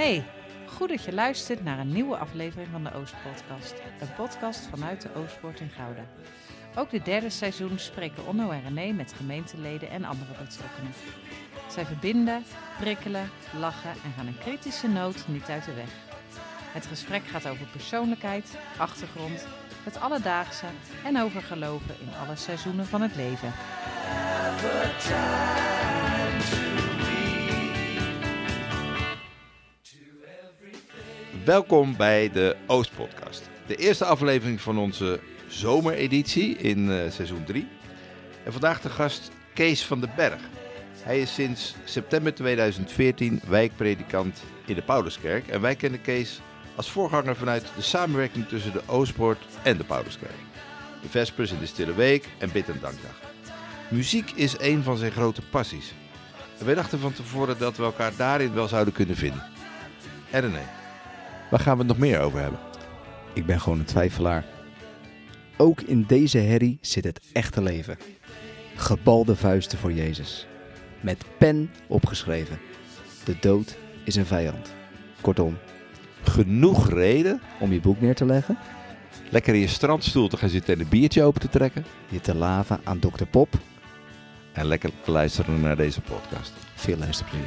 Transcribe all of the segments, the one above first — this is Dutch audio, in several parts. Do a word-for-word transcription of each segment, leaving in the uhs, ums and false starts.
Hey, goed dat je luistert naar een nieuwe aflevering van de Oostpodcast. Een podcast vanuit de Oostpoort in Gouda. Ook dit derde seizoen spreken Onno en René met gemeenteleden en andere betrokkenen. Zij verbinden, prikkelen, lachen en gaan een kritische noot niet uit de weg. Het gesprek gaat over persoonlijkheid, achtergrond, het alledaagse en over geloven in alle seizoenen van het leven. Welkom bij de Oostpodcast. De eerste aflevering van onze zomereditie in uh, seizoen drie. En vandaag de gast Kees van den Berg. Hij is sinds september tweeduizend veertien wijkpredikant in de Pauluskerk. En wij kennen Kees als voorganger vanuit de samenwerking tussen de Oostpoort en de Pauluskerk. De Vespers in de Stille Week en Bid- en Dankdag. Muziek is een van zijn grote passies. En wij dachten van tevoren dat we elkaar daarin wel zouden kunnen vinden. En René, waar gaan we het nog meer over hebben? Ik ben gewoon een twijfelaar. Ook in deze herrie zit het echte leven. Gebalde vuisten voor Jezus. Met pen opgeschreven. De dood is een vijand. Kortom, Genoeg reden om je boek neer te leggen, lekker in je strandstoel te gaan zitten en een biertje open te trekken. je te laven aan dokter Pop. En lekker te luisteren naar deze podcast. Veel luisterplezier.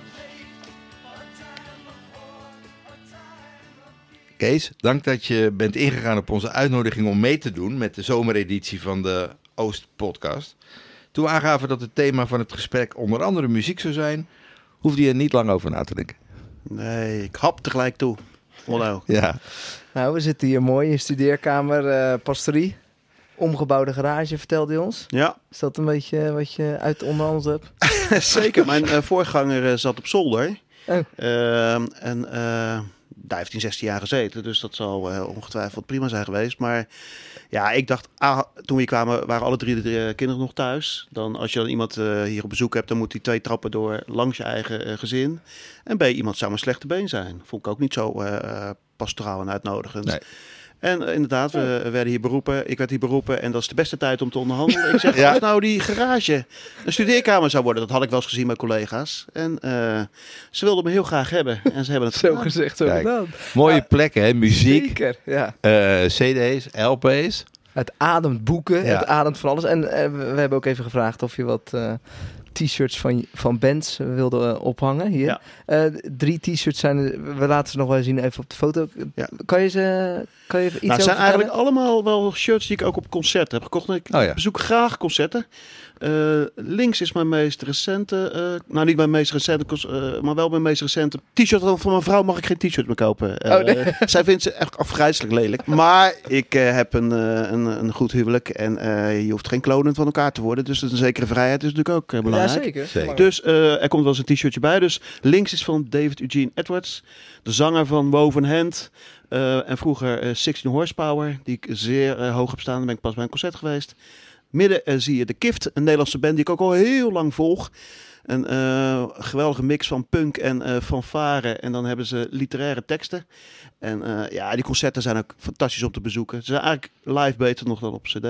Kees, dank dat je bent ingegaan op onze uitnodiging om mee te doen met de zomereditie van de Oostpodcast. Toen we aangaven dat het thema van het gesprek onder andere muziek zou zijn, hoefde je er niet lang over na te denken. Nee, ik hap tegelijk toe. Onno. Ja, Nou, we zitten hier mooi in studeerkamer, eh, pastorie. Omgebouwde garage, vertelde je ons. Ja, Is dat een beetje wat je uit onderhandeld hebt? zeker. Mijn uh, voorganger uh, zat op zolder. Oh. Uh, en uh, daar heeft hij zestien jaar gezeten. Dus dat zal uh, ongetwijfeld prima zijn geweest. Maar ja, ik dacht, ah, toen we hier kwamen, waren alle drie de uh, kinderen nog thuis. Dan als je dan iemand uh, hier op bezoek hebt, dan moet hij twee trappen door langs je eigen uh, gezin. En B, iemand zou een slechte been zijn. Vond ik ook niet zo uh, pastoraal en uitnodigend. Nee. En uh, inderdaad, we uh, werden hier beroepen. Ik werd hier beroepen en dat is de beste tijd om te onderhandelen. Ik zeg, Ja. als nou die garage een studeerkamer zou worden, dat had ik wel eens gezien bij collega's. En uh, ze wilden me heel graag hebben. En ze hebben het Zo gedaan. gezegd, zo Kijk. gedaan. mooie Ja. plekken, hè? Muziek, Zeker, ja. eh, cd's, L P's. Het ademt boeken, Ja. het ademt van alles. En eh, we, we hebben ook even gevraagd of je wat uh, t-shirts van, van bands wilde uh, ophangen hier. Ja. Uh, drie t-shirts zijn er, we laten ze nog wel zien even op de foto. Ja. Kan je ze, kan je even iets Nou, het over zijn eigenlijk vertellen? allemaal wel shirts die ik ook op concerten heb gekocht. En ik Oh ja. bezoek graag concerten. Uh, links is mijn meest recente, uh, nou niet mijn meest recente, cons- uh, maar wel mijn meest recente t-shirt. Van mijn vrouw mag ik geen t-shirt meer kopen. Uh, Oh, nee. Zij vindt ze echt afgrijzelijk lelijk. Maar ik uh, heb een, uh, een, een goed huwelijk en uh, je hoeft geen klonen van elkaar te worden. Dus een zekere vrijheid is natuurlijk ook uh, Ja, belangrijk. zeker. Zeker. Dus uh, er komt wel eens een t-shirtje bij. Dus links is van David Eugene Edwards, de zanger van Woven Hand. Uh, en vroeger uh, zestien Horsepower, die ik zeer uh, hoog heb staan. Daar ben ik pas bij een concert geweest. Midden uh, zie je de Kift, een Nederlandse band die ik ook al heel lang volg. Een uh, geweldige mix van punk en uh, fanfare. En dan hebben ze literaire teksten. En uh, ja, die concerten zijn ook fantastisch om te bezoeken. Ze zijn eigenlijk live beter nog dan op cd.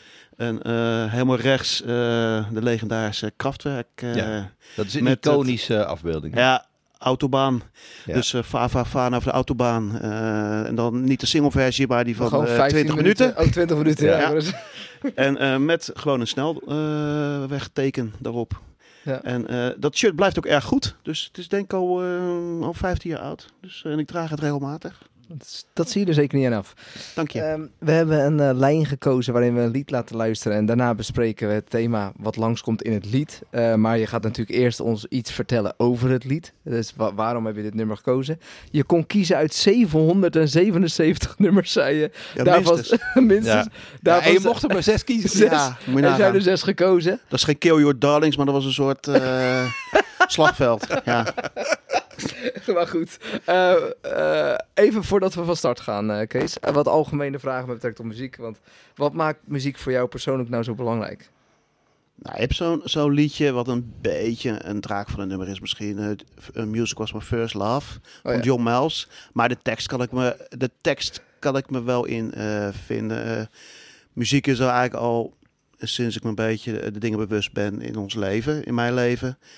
En uh, helemaal rechts uh, de legendarische Kraftwerk. Uh, Ja. Dat is een Met iconische afbeelding. ja, Autobaan. Ja. Dus uh, va, va, va over de Autobaan. Uh, en dan niet de singleversie, maar die van Gewoon uh, vijftien twintig minuten. Oh, twintig minuten, ja. Ja. Maar dat is- En uh, met gewoon een snelwegteken daarop. Ja. En uh, dat shirt blijft ook erg goed. Dus het is denk ik al, uh, al vijftien jaar oud. Dus, uh, en ik draag het regelmatig. Dat, is- dat zie je er zeker niet aan af. Dank je. Ehm, we hebben een eh, lijn gekozen waarin we een lied laten luisteren. En daarna bespreken we het thema wat langskomt in het lied. Eh, maar je gaat natuurlijk eerst ons iets vertellen over het lied. Dus wa- waarom heb je dit nummer gekozen? Je kon kiezen uit zevenhonderdzevenenzeventig nummers, zei je. Ja, daarvan, minstens. minstens. Ja. Ja, Daarvan en je z- mocht er maar zes kiezen. Zes. Ja, moet je Er nagaan. zijn er zes gekozen. Dat is geen Kill Your Darlings, maar dat was een soort uh, slagveld. Ja. Maar goed, Eh, eh, even voordat we van start gaan, eh, Kees. Eh, wat algemene vragen met betrekking tot muziek. Want wat maakt muziek voor jou persoonlijk nou zo belangrijk? Nou, je hebt zo'n zo'n liedje wat een beetje een draak van een nummer is misschien. Uh, Music Was My First Love van ja. John Miles. Maar de tekst kan ik me, de tekst kan ik me wel in uh, vinden. Uh, muziek is er eigenlijk al sinds ik me een beetje de dingen bewust ben in ons leven, in mijn leven.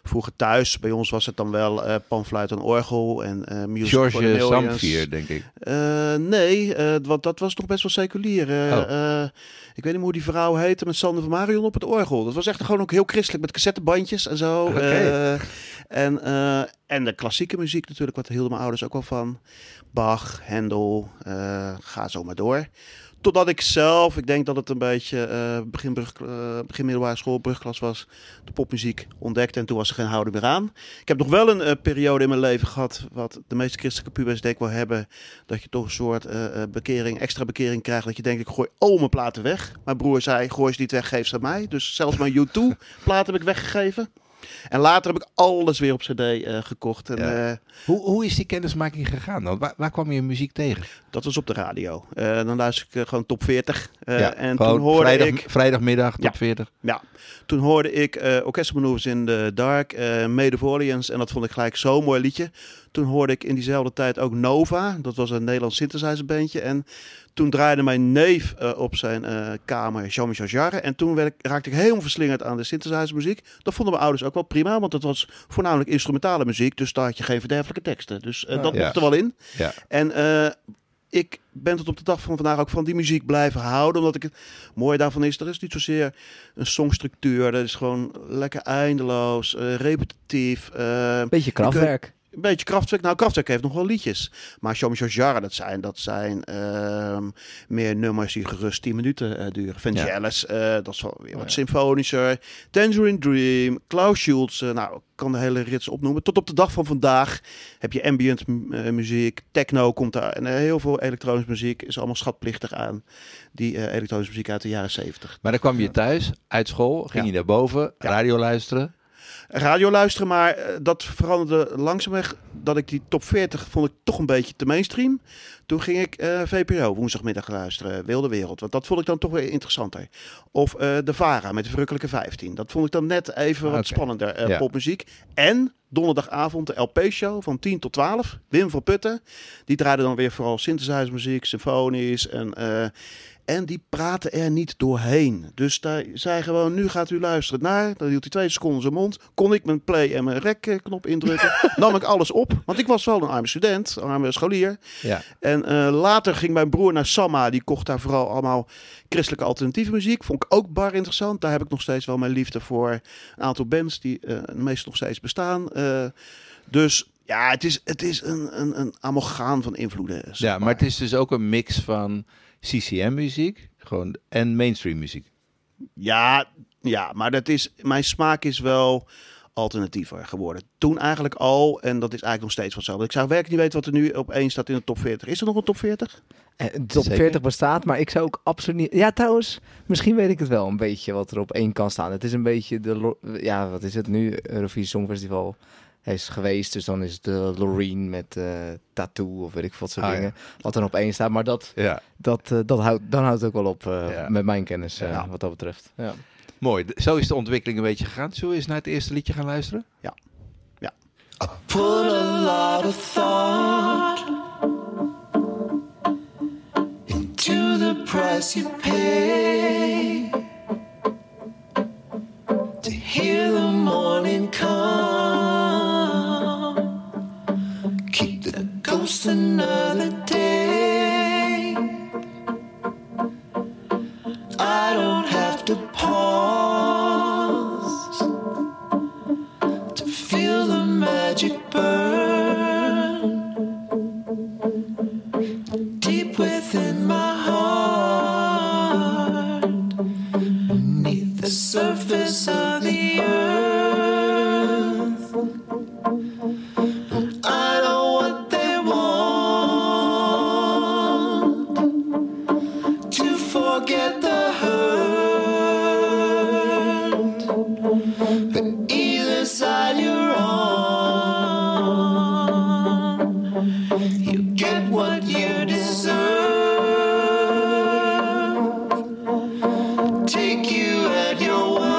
Vroeger thuis, bij ons was het dan wel uh, panfluit en orgel en uh, music for the George Millions. Zamvier, denk ik. Uh, nee, uh, wat, dat was nog best wel seculier. Uh, oh. uh, ik weet niet meer hoe die vrouw heette met Sander van Marion op het orgel. Dat was echt gewoon ook heel christelijk met cassettebandjes en zo. Okay. Uh, en, uh, en de klassieke muziek natuurlijk, wat hielden mijn ouders ook wel van. Bach, Handel, uh, ga zo maar door. Totdat ik zelf, ik denk dat het een beetje uh, begin, brug, uh, begin middelbare school, brugklas was, de popmuziek ontdekte en toen was er geen houden meer aan. Ik heb nog wel een uh, periode in mijn leven gehad, wat de meeste christelijke pubers denk ik wel hebben, dat je toch een soort uh, bekering, extra bekering krijgt, dat je denkt, ik gooi al mijn platen weg. Mijn broer zei, gooi ze niet weg, geef ze aan mij. Dus zelfs mijn U twee platen heb ik weggegeven. En later heb ik alles weer op cd uh, gekocht. En, ja. uh, hoe, hoe is die kennismaking gegaan dan? Waar, waar kwam je muziek tegen? Dat was op de radio. Uh, dan luister ik uh, gewoon top veertig. Uh, ja, en toen hoorde vrijdag, ik... Vrijdagmiddag, top ja, veertig. Ja, toen hoorde ik uh, Orchestral Manoeuvres in the Dark, uh, May the Volians. En dat vond ik gelijk zo'n mooi liedje. Toen hoorde ik in diezelfde tijd ook Nova. Dat was een Nederlands synthesizerbandje. En toen draaide mijn neef uh, op zijn uh, kamer Jean-Michel Jarre. En toen werd ik, raakte ik helemaal verslingerd aan de synthesizermuziek. Dat vonden mijn ouders ook wel prima, want het was voornamelijk instrumentale muziek. Dus daar had je geen verderfelijke teksten. Dus uh, dat ja. mocht er wel in. Ja. En uh, ik ben tot op de dag van vandaag ook van die muziek blijven houden. Omdat ik het mooie daarvan is, er is niet zozeer een songstructuur. Dat is gewoon lekker eindeloos, uh, repetitief. Uh, Beetje krachtwerk. Een beetje Kraftwerk. Nou, Kraftwerk heeft nog wel liedjes. Maar Jean-Michel Jarre, dat zijn, dat zijn uh, meer nummers die gerust tien minuten uh, duren. Vangelis, ja. uh, dat is wel weer wat ja. symfonischer. Tangerine Dream, Klaus Schulze. Uh, nou, ik kan de hele rits opnoemen. Tot op de dag van vandaag heb je ambient uh, muziek. Techno komt daar. En uh, heel veel elektronische muziek is allemaal schatplichtig aan. Die uh, elektronische muziek uit de jaren zeventig. Maar dan kwam je thuis, uit school, ging ja. je naar boven, ja. radio luisteren. Radio luisteren, maar uh, dat veranderde langzaamweg. Dat ik die top veertig vond ik toch een beetje te mainstream. Toen ging ik uh, V P R O woensdagmiddag luisteren, Wilde Wereld. Want dat vond ik dan toch weer interessanter. Of uh, de VARA met de Verrukkelijke vijftien. Dat vond ik dan net even wat okay. spannender uh, ja. popmuziek. En donderdagavond de L P-show van tien tot twaalf. Wim van Putten. Die draaide dan weer vooral synthesizermuziek, symfonisch en... Uh, En die praten er niet doorheen. Dus daar zei gewoon, nu gaat u luisteren naar. Dan hield hij twee seconden zijn mond. Kon ik mijn play en mijn rec knop indrukken. Nam ik alles op. Want ik was wel een arme student, een arme scholier. Ja. En uh, later ging mijn broer naar Samma. Die kocht daar vooral allemaal christelijke alternatieve muziek. Vond ik ook bar interessant. Daar heb ik nog steeds wel mijn liefde voor een aantal bands die uh, meestal nog steeds bestaan. Uh, dus... Ja, het is, het is een, een, een amalgaam van invloeden. Ja, maar. maar het is dus ook een mix van C C M-muziek gewoon, en mainstream muziek. Ja, ja, maar dat is, mijn smaak is wel alternatiever geworden. Toen eigenlijk al, en dat is eigenlijk nog steeds wat zo. Ik zou werkelijk niet weten wat er nu op één staat in de top veertig. Is er nog een top veertig? Eh, de top Zeker. veertig bestaat, maar ik zou ook absoluut niet... Ja, trouwens, misschien weet ik het wel een beetje wat er op één kan staan. Het is een beetje de... Ja, wat is het nu? Eurovisie Songfestival... Hij is geweest, dus dan is het de Loreen met uh, Tattoo of weet ik wat soort ah, dingen. Ja. Wat er op één staat, maar dat, ja. dat, uh, dat houdt, dan houdt het ook wel op uh, ja. met mijn kennis uh, ja. wat dat betreft. Ja. Mooi, zo is de ontwikkeling een beetje gegaan. Zullen we eens naar het eerste liedje gaan luisteren? Ja. Ja. I put a lot of thought into the price you pay to hear the morning come. Keep the ghost another day. I don't have to pause to feel the magic burn deep within my heart, beneath the surface of the earth. I know what they want, to forget the hurt, but either side you're on, you get what you deserve. Take you at your word.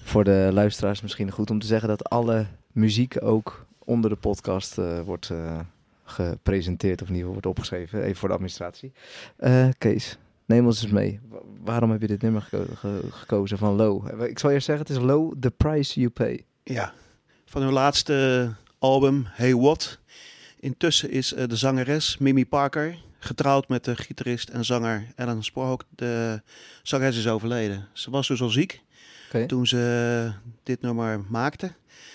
voor de luisteraars misschien goed om te zeggen dat alle muziek ook onder de podcast uh, wordt uh, gepresenteerd of in ieder geval wordt opgeschreven. Even voor de administratie. Uh, Kees, neem ons eens mee. Wa- waarom heb je dit nummer geko- ge- gekozen van Low? Ik zal eerst zeggen, het is Low, The Price You Pay. Ja, van hun laatste album, Hey What. Intussen is uh, de zangeres Mimi Parker getrouwd met de gitarist en zanger Alan Sporhoek. De zangeres is overleden. Ze was dus al ziek Okay. toen ze dit nummer maakte.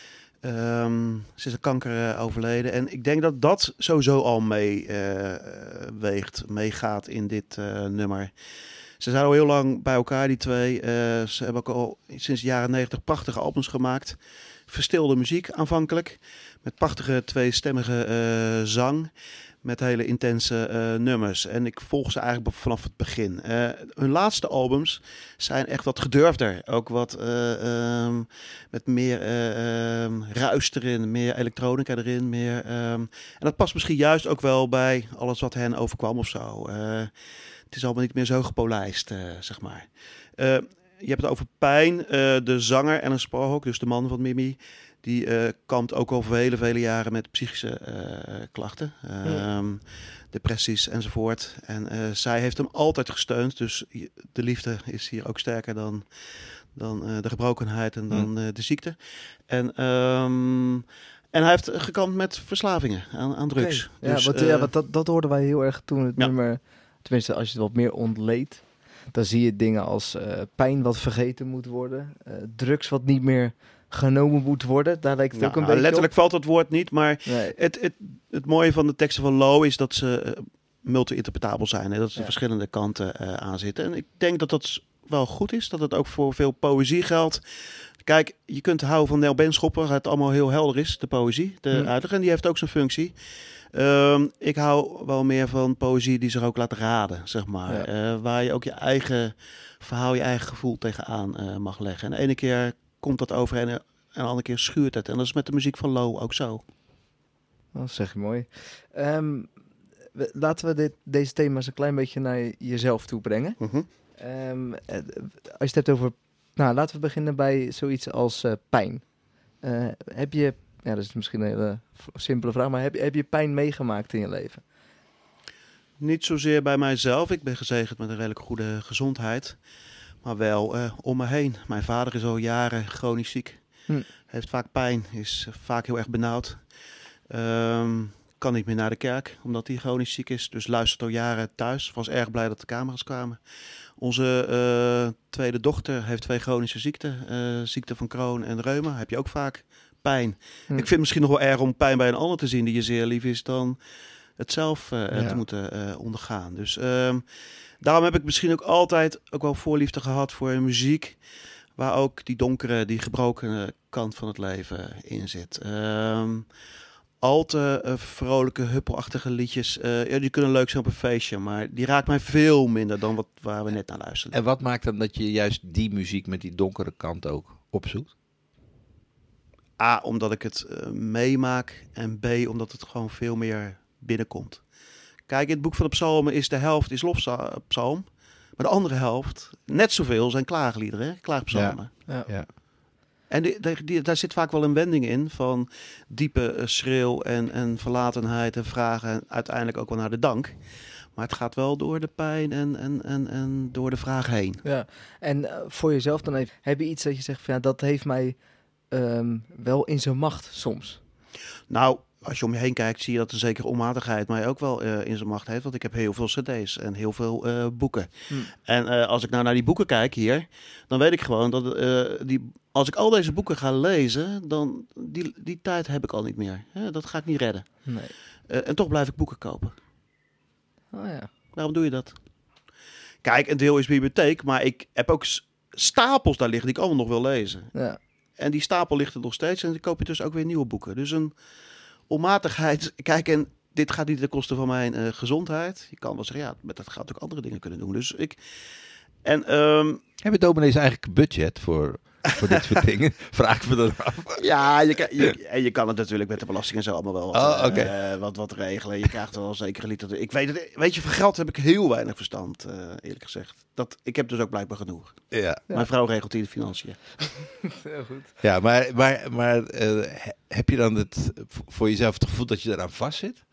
Um, ze is aan kanker uh, overleden. En ik denk dat dat sowieso al mee uh, weegt, meegaat in dit uh, nummer. Ze zijn al heel lang bij elkaar, die twee. Uh, ze hebben ook al sinds de jaren negentig prachtige albums gemaakt. Verstilde muziek aanvankelijk. Met prachtige tweestemmige uh, zang. Met hele intense uh, nummers. En ik volg ze eigenlijk vanaf het begin. Uh, hun laatste albums zijn echt wat gedurfder. Ook wat uh, um, met meer uh, um, ruis erin. Meer elektronica erin. Meer, um, en dat past misschien juist ook wel bij alles wat hen overkwam of zo. Uh, het is allemaal niet meer zo gepolijst, uh, zeg maar. Uh, je hebt het over pijn. Uh, de zanger Alan Sporhoek, dus de man van Mimi, die uh, kampt ook al vele, vele jaren met psychische uh, klachten. Uh, ja. Depressies enzovoort. En uh, zij heeft hem altijd gesteund. Dus de liefde is hier ook sterker dan, dan uh, de gebrokenheid en dan uh, de ziekte. En, um, en hij heeft gekampt met verslavingen aan, aan drugs. Okay. Ja, dus, wat, uh, ja wat dat, dat hoorden wij heel erg toen het ja. nummer... Tenminste, als je het wat meer ontleedt, dan zie je dingen als uh, pijn wat vergeten moet worden. Uh, drugs wat niet meer genomen moet worden. Daar lijkt het ja, ook een nou, beetje letterlijk op. valt het woord niet, maar Nee. het, het, het mooie van de teksten van Low is dat ze uh, multi-interpretabel zijn. Hè? Dat ze Ja. verschillende kanten uh, aan zitten. En ik denk dat dat wel goed is, dat het ook voor veel poëzie geldt. Kijk, je kunt houden van Nel Benschopper, het allemaal heel helder is, de poëzie, de Hmm. uitleg. En die heeft ook zijn functie. Um, ik hou wel meer van poëzie die zich ook laat raden, zeg maar. Ja. Uh, waar je ook je eigen verhaal, je eigen gevoel tegenaan uh, mag leggen. En de ene keer komt dat over en, en de andere keer schuurt het. En dat is met de muziek van Low ook zo. Dat zeg je mooi. Um, we, laten we dit, deze thema's een klein beetje naar jezelf toe brengen. Mm-hmm. Um, als je het hebt over... Nou, laten we beginnen bij zoiets als uh, pijn. Uh, heb je... Ja, dat is misschien een hele simpele vraag, maar heb, heb je pijn meegemaakt in je leven? Niet zozeer bij mijzelf. Ik ben gezegend met een redelijk goede gezondheid. Maar wel uh, om me heen. Mijn vader is al jaren chronisch ziek. Hm. Heeft vaak pijn. Is vaak heel erg benauwd. Um, kan niet meer naar de kerk, omdat hij chronisch ziek is. Dus luistert al jaren thuis. Was erg blij dat de camera's kwamen. Onze uh, tweede dochter heeft twee chronische ziekten. Uh, ziekte van Crohn en reuma. Heb je ook vaak pijn. Hm. Ik vind het misschien nog wel erg om pijn bij een ander te zien die je zeer lief is, dan het zelf uh, ja. te moeten uh, ondergaan. Dus um, daarom heb ik misschien ook altijd ook wel voorliefde gehad voor muziek, waar ook die donkere, die gebroken kant van het leven in zit. Um, al te uh, vrolijke, huppelachtige liedjes, uh, ja, die kunnen leuk zijn op een feestje, maar die raakt mij veel minder dan wat, waar we net naar luisterden. En wat maakt dan dat je juist die muziek met die donkere kant ook opzoekt? A, omdat ik het uh, meemaak en B, omdat het gewoon veel meer binnenkomt. Kijk, in het boek van de psalmen is de helft is lofpsalm, maar de andere helft, net zoveel, zijn klaagliederen, hè? Klaagpsalmen. Ja. Ja. Ja. En die, die, die, daar zit vaak wel een wending in van diepe uh, schreeuw en, en verlatenheid en vragen en uiteindelijk ook wel naar de dank. Maar het gaat wel door de pijn en, en, en, en door de vraag heen. Ja, en uh, voor jezelf dan even, heb je iets dat je zegt van ja, dat heeft mij um, wel in zijn macht soms? Nou, als je om je heen kijkt, zie je dat een zekere onmatigheid mij ook wel uh, in zijn macht heeft. Want ik heb heel veel cd's en heel veel uh, boeken. Hm. En uh, als ik nou naar die boeken kijk hier, dan weet ik gewoon dat uh, die, als ik al deze boeken ga lezen, dan die, die tijd heb ik al niet meer. Hè? Dat ga ik niet redden. Nee. Uh, en toch blijf ik boeken kopen. Oh ja. Waarom doe je dat? Kijk, een deel is bibliotheek, maar ik heb ook stapels daar liggen die ik allemaal nog wil lezen. Ja. En die stapel ligt er nog steeds en dan koop je dus ook weer nieuwe boeken. Dus een onmatigheid. Kijk, en dit gaat niet ten koste van mijn uh, gezondheid. Je kan wel zeggen, ja, met dat gaat ook andere dingen kunnen doen. Dus ik... En, um, hebben dominees eigenlijk budget voor voor dit soort dingen? Vraag ik me dan af. Ja, je, kan- je, en je kan het natuurlijk met de belasting en zo allemaal wel wat, Oh, eh, oké. eh, wat, wat regelen. Je krijgt wel zekere literatuur. Ik weet het, weet je, van geld heb ik heel weinig verstand, eh, eerlijk gezegd. Dat, ik heb dus ook blijkbaar genoeg. Ja, Ja. Mijn vrouw regelt hier de financiën. Heel goed. ja maar, maar, maar eh, he- heb je dan het, voor jezelf het gevoel dat je eraan vastzit?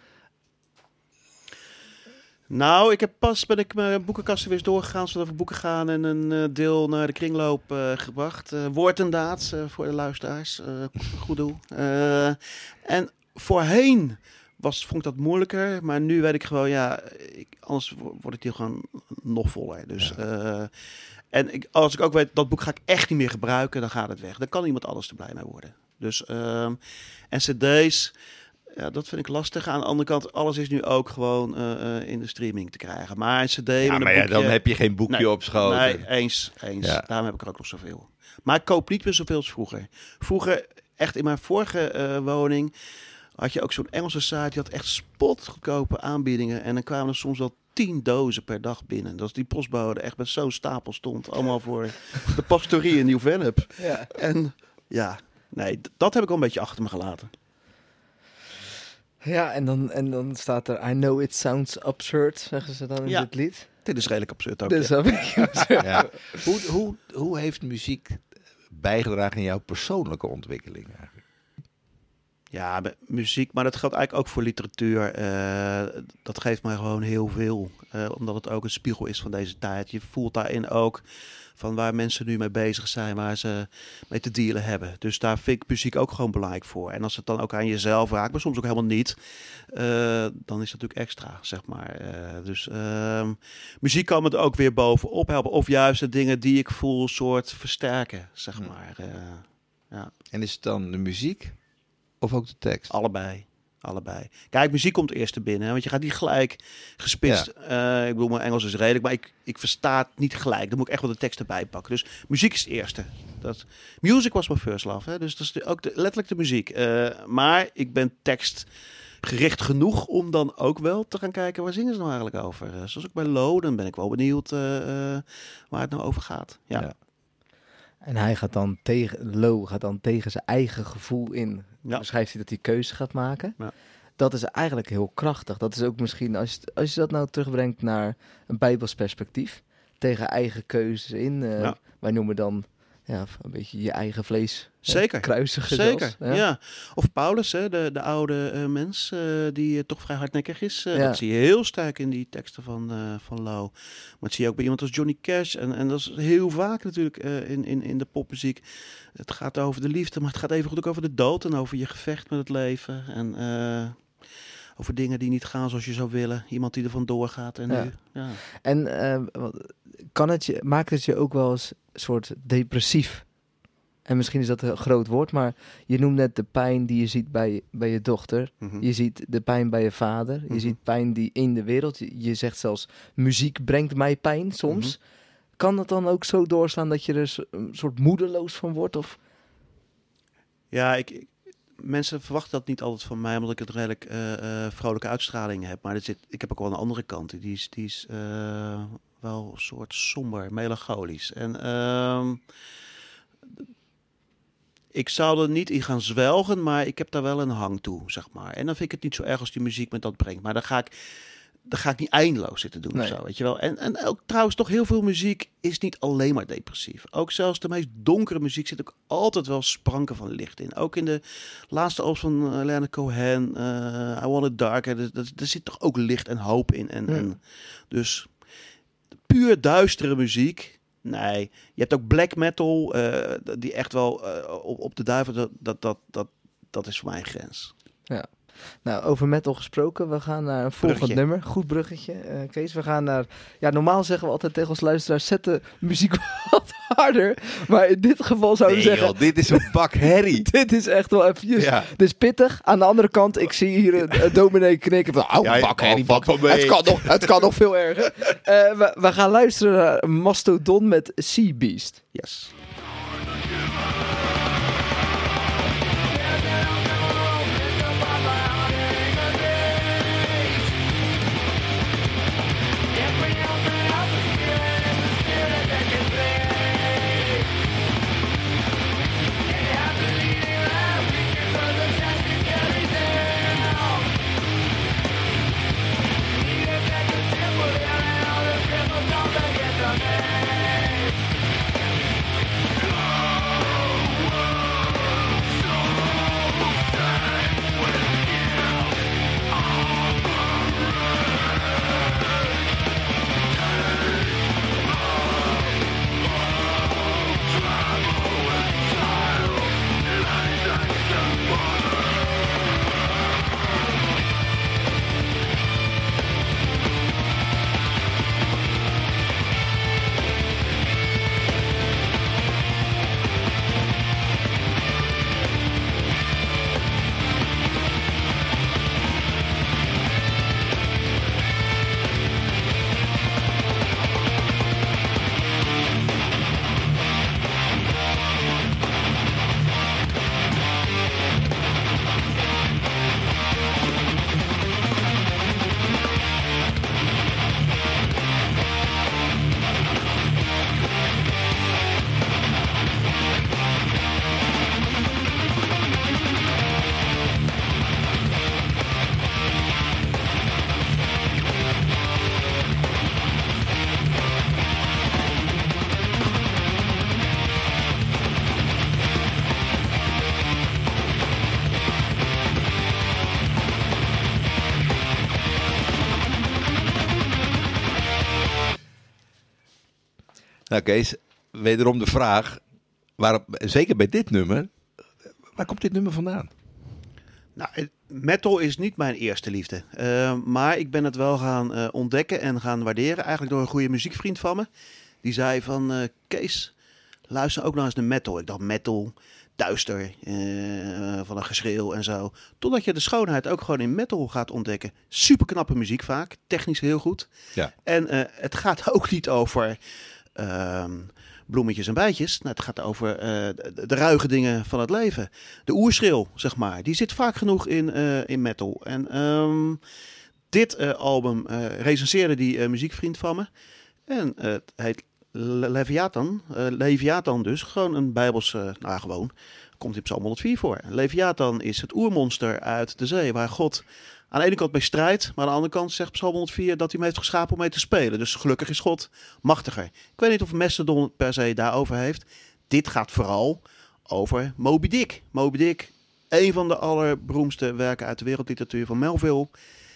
Nou, ik heb pas ben ik mijn boekenkasten weer eens doorgegaan, zodat we boeken gaan en een eh, deel naar de kringloop eh, gebracht. Eh, woord en daad eh, voor de luisteraars. Eh, goed doel. Eh, en voorheen was, vond ik dat moeilijker, maar nu weet ik gewoon, ja, ik, anders wo- wordt het hier gewoon nog voller. Dus, eh, en ik, als ik ook weet, dat boek ga ik echt niet meer gebruiken, dan gaat het weg. Dan kan iemand anders er blij mee worden. Dus, ehm, en cd's... Ja, dat vind ik lastig. Aan de andere kant, alles is nu ook gewoon eh, eh, in de streaming te krijgen. Maar een cd Ja, met een maar ja, boekje... dan heb je geen boekje Nee, op schoot. Nee, eens. eens. Ja. Daarom heb ik er ook nog zoveel. Maar ik koop niet meer zoveel als vroeger. Vroeger, echt in mijn vorige eh, woning, had je ook zo'n Engelse site. Die had echt spotgoedkope aanbiedingen. En dan kwamen er soms wel tien dozen per dag binnen. Dat is die postbode echt met zo'n stapel stond. Allemaal voor de pastorie in Nieuw-Vennep. Ja. En ja, nee, d- dat heb ik al een beetje achter me gelaten. Ja, en dan, en dan staat er... I know it sounds absurd, zeggen ze dan in Ja. dit lied. Dit is redelijk absurd ook. Dus ja. dat vind ik absurd. Ja. Hoe, hoe, hoe heeft muziek bijgedragen in jouw persoonlijke ontwikkeling eigenlijk? Ja, met muziek, maar dat geldt eigenlijk ook voor literatuur. Eh, dat geeft mij gewoon heel veel. Eh, omdat het ook een spiegel is van deze tijd. Je voelt daarin ook van waar mensen nu mee bezig zijn, waar ze mee te dealen hebben. Dus daar vind ik muziek ook gewoon belangrijk voor. En als het dan ook aan jezelf raakt, maar soms ook helemaal niet, eh, dan is dat natuurlijk extra, zeg maar. Eh, dus ehm, muziek kan me er ook weer bovenop helpen. Of juist de dingen die ik voel soort versterken, zeg Hm. maar. Eh, ja. En is het dan de muziek of ook de tekst? Allebei. Allebei. Kijk, muziek komt eerst te binnen. Hè, want je gaat niet gelijk gespitst. Eh, ik bedoel, mijn Engels is redelijk. Maar ik, ik versta het niet gelijk. Dan moet ik echt wel de tekst erbij pakken. Dus muziek is het eerste. Dat, music was my first love. Hè, dus dat is de, ook de, letterlijk de muziek. Eh, maar ik ben tekstgericht genoeg om dan ook wel te gaan kijken... waar zingen ze nou eigenlijk over? Uh, zoals ook bij Lo, dan ben ik wel benieuwd uh, uh, waar het nou over gaat. Ja. Ja. En hij gaat dan tegen... Lo gaat dan tegen zijn eigen gevoel in. Ja. Beschrijft hij dat hij keuze gaat maken. Ja. Dat is eigenlijk heel krachtig. Dat is ook misschien, als je, als je dat nou terugbrengt naar een bijbels perspectief, tegen eigen keuzes in. Uh, Ja. Wij noemen dan ja, een beetje je eigen vlees. Zeker. Uh, kruisigen Zeker, zelfs, ja. Of Paulus, hè, de, de oude uh, mens uh, die uh, toch vrij hardnekkig is. Uh, Ja. Dat zie je heel sterk in die teksten van, uh, van Lo. Maar dat zie je ook bij iemand als Johnny Cash. En, en dat is heel vaak natuurlijk uh, in, in, in de popmuziek. Het gaat over de liefde, maar het gaat even goed ook over de dood. En over je gevecht met het leven. En uh, over dingen die niet gaan zoals je zou willen. Iemand die er vandoor gaat. En, Ja. nu, ja. En uh, kan het je, maakt het je ook wel eens een soort depressief? En misschien is dat een groot woord, maar je noemt net de pijn die je ziet bij, bij je dochter. Mm-hmm. Je ziet de pijn bij je vader. Je Mhm. ziet pijn die in de wereld. Je, je zegt zelfs, muziek brengt mij pijn soms. Mhm. Kan het dan ook zo doorslaan dat je er s- een soort moedeloos van wordt? Of? Ja, ik, ik- mensen verwachten dat niet altijd van mij, omdat ik een redelijk eh, eh, vrolijke uitstraling heb. Maar er zit, ik heb ook wel een andere kant. Die is, die is eh, wel een soort somber, melancholisch. En ehm, ik zou er niet in gaan zwelgen, maar ik heb daar wel een hang toe, zeg maar. En dan vind ik het niet zo erg als die muziek me dat brengt. Maar dan ga ik, dan ga ik niet eindeloos zitten doen Nee. of zo, weet je wel. En, en ook trouwens, toch heel veel muziek is niet alleen maar depressief. Ook zelfs de meest donkere muziek zit ook altijd wel spranken van licht in. Ook in de laatste albums van uh, Leonard Cohen, uh, I Want It Darker, er, er, er zit toch ook licht en hoop in. En, Ja. en dus puur duistere muziek. Nee, je hebt ook black metal, uh, die echt wel uh, op, op de duivel, dat, dat, dat, dat, dat is voor mij een grens. Nou, over metal gesproken, we gaan naar een volgend Bruggetje. nummer. Goed bruggetje, uh, Kees. We gaan naar... Ja, normaal zeggen we altijd tegen ons luisteraars, zet de muziek wat harder. Maar in dit geval zouden we Nee, zeggen... joh, dit is een bak herrie. Dit is echt wel eventjes... Ja. Dit is pittig. Aan de andere kant, ik zie hier een, een dominee knikken van... Oh, Ja, bak, oh, herrie, valt bak. wel mee. Het kan, nog, het kan nog veel erger. Uh, we, we gaan luisteren naar Mastodon met Sea Beast. Yes. Every Nou Kees, wederom de vraag, waarom, zeker bij dit nummer, waar komt dit nummer vandaan? Nou, het- metal is niet mijn eerste liefde. Uh, maar ik ben het wel gaan uh, ontdekken en gaan waarderen. Eigenlijk door een goede muziekvriend van me. Die zei van, uh, Kees, luister ook nou eens naar metal. Ik dacht metal, duister, uh, van een geschreeuw en zo. Totdat je de schoonheid ook gewoon in metal gaat ontdekken. Super knappe muziek vaak, technisch heel goed. Ja. En uh, het gaat ook niet over uh, bloemetjes en bijtjes. Nou, het gaat over uh, de, de ruige dingen van het leven. De oerschreeuw, zeg maar. Die zit vaak genoeg in, uh, in metal. En um, dit uh, album uh, recenseerde die uh, muziekvriend van me. En uh, het heet Le- Leviathan. Uh, Leviathan dus. Gewoon een bijbelse, nou gewoon, komt in Psalm honderdvier voor. Leviathan is het oermonster uit de zee, waar God aan de ene kant mee strijdt, maar aan de andere kant zegt Psalm honderdvier dat hij hem heeft geschapen om mee te spelen. Dus gelukkig is God machtiger. Ik weet niet of Mastodon per se daarover heeft. Dit gaat vooral over Moby Dick. Moby Dick, een van de allerberoemdste werken uit de wereldliteratuur van Melville.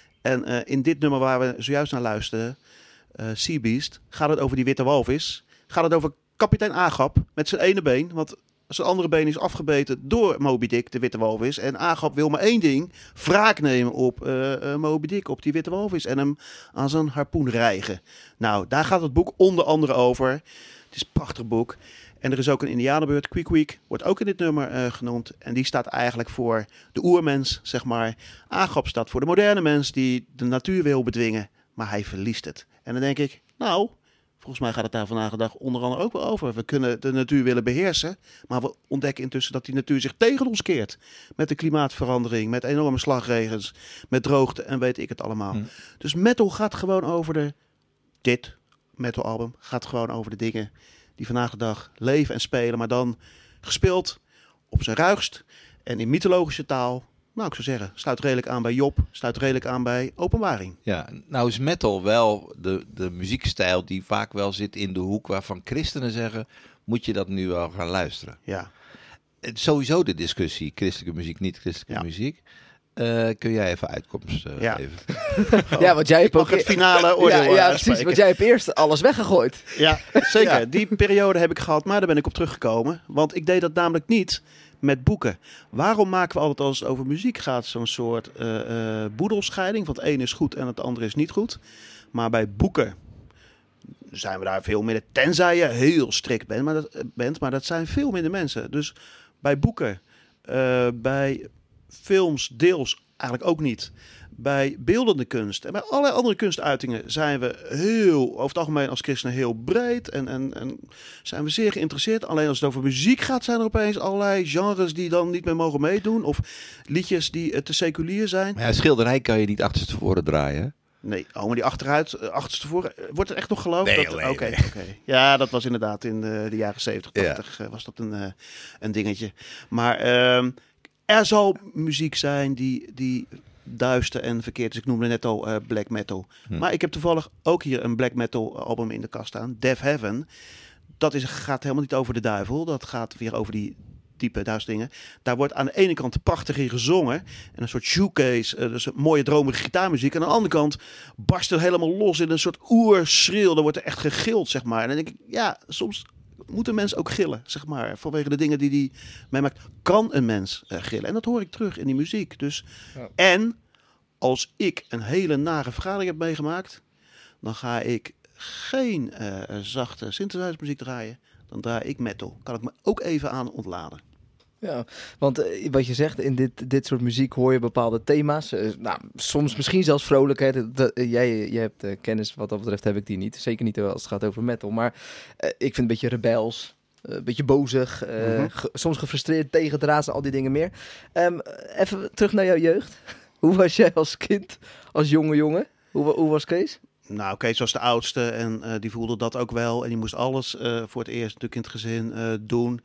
En uh, in dit nummer waar we zojuist naar luisteren, uh, Sea Beast, gaat het over die witte walvis. Gaat het over kapitein Agap met zijn ene been, want zijn andere been is afgebeten door Moby Dick, de witte walvis. En Agap wil maar één ding, wraak nemen op uh, uh, Moby Dick, op die witte walvis. En hem aan zijn harpoen rijgen. Nou, daar gaat het boek onder andere over. Het is een prachtig boek. En er is ook een indianenbeurt, Queequeg, wordt ook in dit nummer uh, genoemd. En die staat eigenlijk voor de oermens, zeg maar. Agap staat voor de moderne mens die de natuur wil bedwingen, maar hij verliest het. En dan denk ik, nou, volgens mij gaat het daar vandaag de dag onder andere ook wel over. We kunnen de natuur willen beheersen, maar we ontdekken intussen dat die natuur zich tegen ons keert. Met de klimaatverandering, met enorme slagregens, met droogte en weet ik het allemaal. Hmm. Dus metal gaat gewoon over de... Dit metalalbum gaat gewoon over de dingen die vandaag de dag leven en spelen, maar dan gespeeld op zijn ruigst en in mythologische taal. Nou, ik zou zeggen, sluit redelijk aan bij Job, sluit redelijk aan bij Openbaring. Ja, nou is metal wel de, de muziekstijl die vaak wel zit in de hoek waarvan christenen zeggen, moet je dat nu wel gaan luisteren. Ja. Het- Sowieso de discussie, christelijke muziek, niet christelijke Ja. muziek. Uh, kun jij even uitkomst uh, Ja. geven? Ja, want jij hebt Mag ook... het finale oordeel ja, ja, uh, precies. spreken. Want jij hebt eerst alles weggegooid. Ja, zeker. Ja. Die periode heb ik gehad, maar daar ben ik op teruggekomen. Want ik deed dat namelijk niet met boeken. Waarom maken we altijd als het over muziek gaat zo'n soort uh, uh, boedelscheiding? Want het ene is goed en het andere is niet goed. Maar bij boeken zijn we daar veel minder. Tenzij je heel strikt bent, maar dat, bent, maar dat zijn veel minder mensen. Dus bij boeken, uh, bij films deels eigenlijk ook niet. Bij beeldende kunst en bij allerlei andere kunstuitingen zijn we heel, over het algemeen als christenen heel breed en, en, en zijn we zeer geïnteresseerd. Alleen als het over muziek gaat, zijn er opeens allerlei genres die dan niet meer mogen meedoen. Of liedjes die uh, te seculier zijn. Maar ja, schilderij kan je niet achterstevoren draaien. Hè? Nee, oh, maar die achteruit, uh, achterstevoren, uh, wordt er echt nog geloofd? Nee, dat, nee, Oké, nee. oké. Ja, dat was inderdaad in de, de jaren zeventig, Ja. tachtig uh, was dat een, uh, een dingetje. Maar uh, er zal muziek zijn die, die duister en verkeerd is. Ik noemde net al uh, black metal. Hm. Maar ik heb toevallig ook hier een black metal album in de kast staan. Death Heaven. Dat is, gaat helemaal niet over de duivel. Dat gaat weer over die diepe duistere dingen. Daar wordt aan de ene kant prachtig in gezongen. En een soort shoegaze. Uh, dus een mooie dromige gitaarmuziek. En aan de andere kant barst het helemaal los in een soort oerschreeuw. Dan wordt er echt gegild, zeg maar. En dan denk ik, ja, soms moet een mens ook gillen, zeg maar. Vanwege de dingen die hij meemaakt. Kan een mens uh, gillen. En dat hoor ik terug in die muziek. Dus, Ja. En als ik een hele nare vergadering heb meegemaakt, dan ga ik geen uh, zachte synthesizer-muziek draaien. Dan draai ik metal. Kan ik me ook even aan ontladen. Ja, want eh, wat je zegt, in dit, dit soort muziek hoor je bepaalde thema's. Eh, nou, soms misschien zelfs vrolijkheid. Dat, dat, eh, jij, jij hebt eh, kennis, wat dat betreft heb ik die niet. Zeker niet als het gaat over metal. Maar eh, ik vind het een beetje rebels. eh, Een beetje bozig. eh, Mhm. ge- soms gefrustreerd, tegendraads en al die dingen meer. Ehm, even terug naar jouw jeugd. Hoe was jij als kind, als jonge jongen? Hoe, wa- hoe was Kees? Nou, Kees was de oudste en uh, die voelde dat ook wel. En die moest alles uh, voor het eerst natuurlijk in het gezin uh, doen.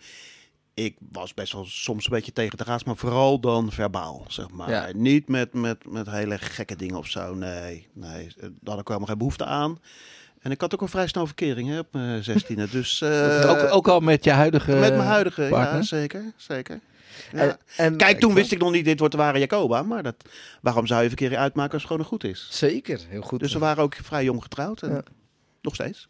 Ik was best wel soms een beetje tegen de raad, maar vooral dan verbaal, zeg maar. Ja. Niet met, met, met hele gekke dingen of zo, nee. nee. Daar had ik helemaal geen behoefte aan. En ik had ook een vrij snel verkering hè, op mijn zestiende. Dus, uh, ook, ook al met je huidige met mijn huidige, partner? ja, zeker, zeker. Ja. En- en- Kijk, toen wist ik nog niet, dit wordt de ware Jacoba. Maar dat, waarom zou je verkering uitmaken als het gewoon nog goed is? Zeker, heel goed. Dus we waren ook vrij jong getrouwd. En Ja. nog steeds.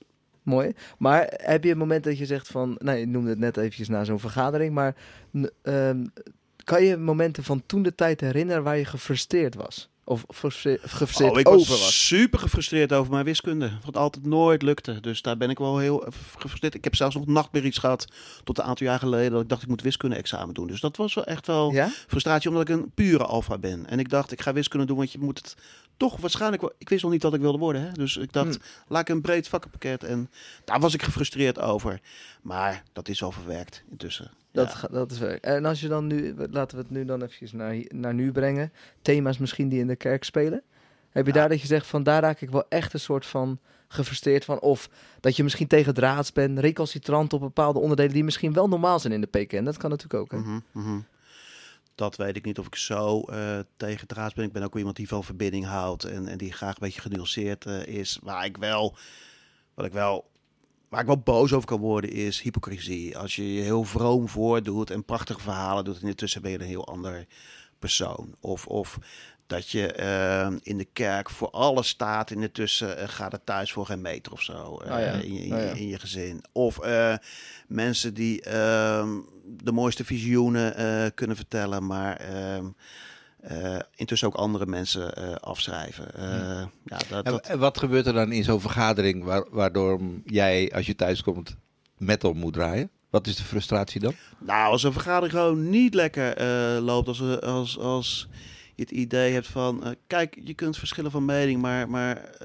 Mooi. Maar heb je een moment dat je zegt van... Nou, je noemde het net eventjes na zo'n vergadering. Maar n- um, kan je momenten van toen de tijd herinneren waar je gefrustreerd was? Of frustre- gefrustreerd Oh, ik over was, was? super gefrustreerd over mijn wiskunde. Wat altijd nooit lukte. Dus daar ben ik wel heel eh, gefrustreerd. Ik heb zelfs nog nachtmerries gehad tot een aantal jaar geleden. Dat ik dacht ik moet wiskunde-examen doen. Dus dat was wel echt wel Ja? frustratie. Omdat ik een pure alfa ben. En ik dacht ik ga wiskunde doen. Want je moet het toch waarschijnlijk wel... Ik wist nog niet wat ik wilde worden. Hè? Dus ik dacht Hm. laat ik een breed vakkenpakket. En daar was ik gefrustreerd over. Maar dat is al verwerkt intussen. Dat, Ja. ga- dat is werk. En als je dan nu... Laten we het nu dan eventjes naar, hi- naar nu brengen. Thema's misschien die in de kerk spelen. Heb je Ja. daar dat je zegt van... Daar raak ik wel echt een soort van gefrustreerd van. Of dat je misschien tegen draads bent. Recalcitrant op bepaalde onderdelen die misschien wel normaal zijn in de P K N. Dat kan natuurlijk ook. Hè? Mhm, mhm. Dat weet ik niet of ik zo uh, tegen draads ben. Ik ben ook wel iemand die van verbinding houdt en, en die graag een beetje genuanceerd uh, is. Waar ik wel, wat ik wel, waar ik wel boos over kan worden is hypocrisie. Als je je heel vroom voordoet en prachtige verhalen doet en intussen ben je een heel ander persoon. Of, of dat je uh, in de kerk voor alles staat en intussen uh, gaat het thuis voor geen meter of zo uh, Oh ja. in, je, in, Oh ja. in je gezin. Of uh, mensen die uh, de mooiste visioenen uh, kunnen vertellen, maar uh, uh, intussen ook andere mensen uh, afschrijven. Uh, Hmm. ja, dat, En, dat... en wat gebeurt er dan in zo'n vergadering wa- waardoor jij, als je thuis komt, metal moet draaien? Wat is de frustratie dan? Nou, als een vergadering gewoon niet lekker uh, loopt, als, als, als je het idee hebt van, uh, kijk, je kunt verschillen van mening, maar, maar uh,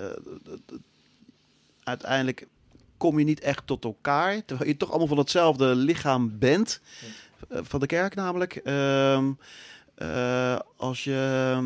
uiteindelijk kom je niet echt tot elkaar, terwijl je toch allemaal van hetzelfde lichaam bent, uh, van de kerk namelijk. Uh, uh, als je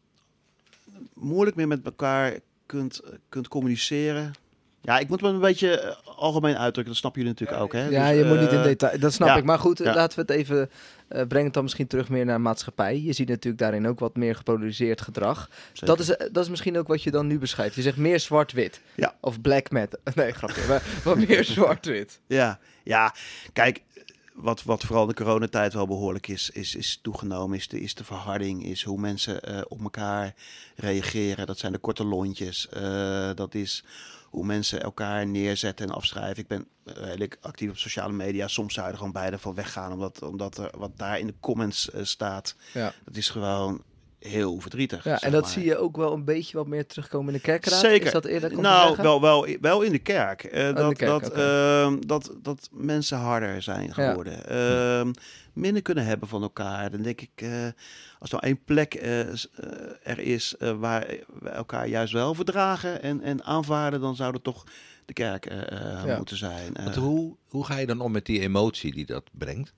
moeilijk meer met elkaar kunt, kunt communiceren. Ja, ik moet me een beetje uh, algemeen uitdrukken, dat snappen jullie natuurlijk ook. Hè? Ja, Dus, je moet niet in uh, detail. Dat snap ja. ik. Maar goed, Ja. laten we het even... Uh, breng het dan misschien terug meer naar maatschappij. Je ziet natuurlijk daarin ook wat meer gepolariseerd gedrag. Zeker. Dat is, uh, dat is misschien ook wat je dan nu beschrijft. Je zegt meer zwart-wit. Ja. Of black matter. Nee, grapje. maar wat meer zwart-wit. Ja, ja. Kijk, wat, wat vooral de coronatijd wel behoorlijk is, is, is toegenomen, is de, is de verharding, is hoe mensen uh, op elkaar reageren. Dat zijn de korte lontjes. Uh, dat is hoe mensen elkaar neerzetten en afschrijven. Ik ben uh, redelijk actief op sociale media. Soms zou je er gewoon beide van weggaan, omdat, omdat er wat daar in de comments uh, staat, Ja. dat is gewoon heel verdrietig. Ja, zeg en dat maar. zie je ook wel een beetje wat meer terugkomen in de kerkraad. Zeker. Is dat eerlijk om te nou, zeggen? wel, wel, wel in de kerk. Uh, in dat, de kerk, dat, oké. uh, dat, dat mensen harder zijn geworden. Ja. Uh, minder kunnen hebben van elkaar. Dan denk ik, uh, als er één plek uh, uh, er is uh, waar we elkaar juist wel verdragen en, en aanvaarden, dan zou het toch de kerk uh, ja. moeten zijn. Uh, Want hoe, hoe ga je dan om met die emotie die dat brengt?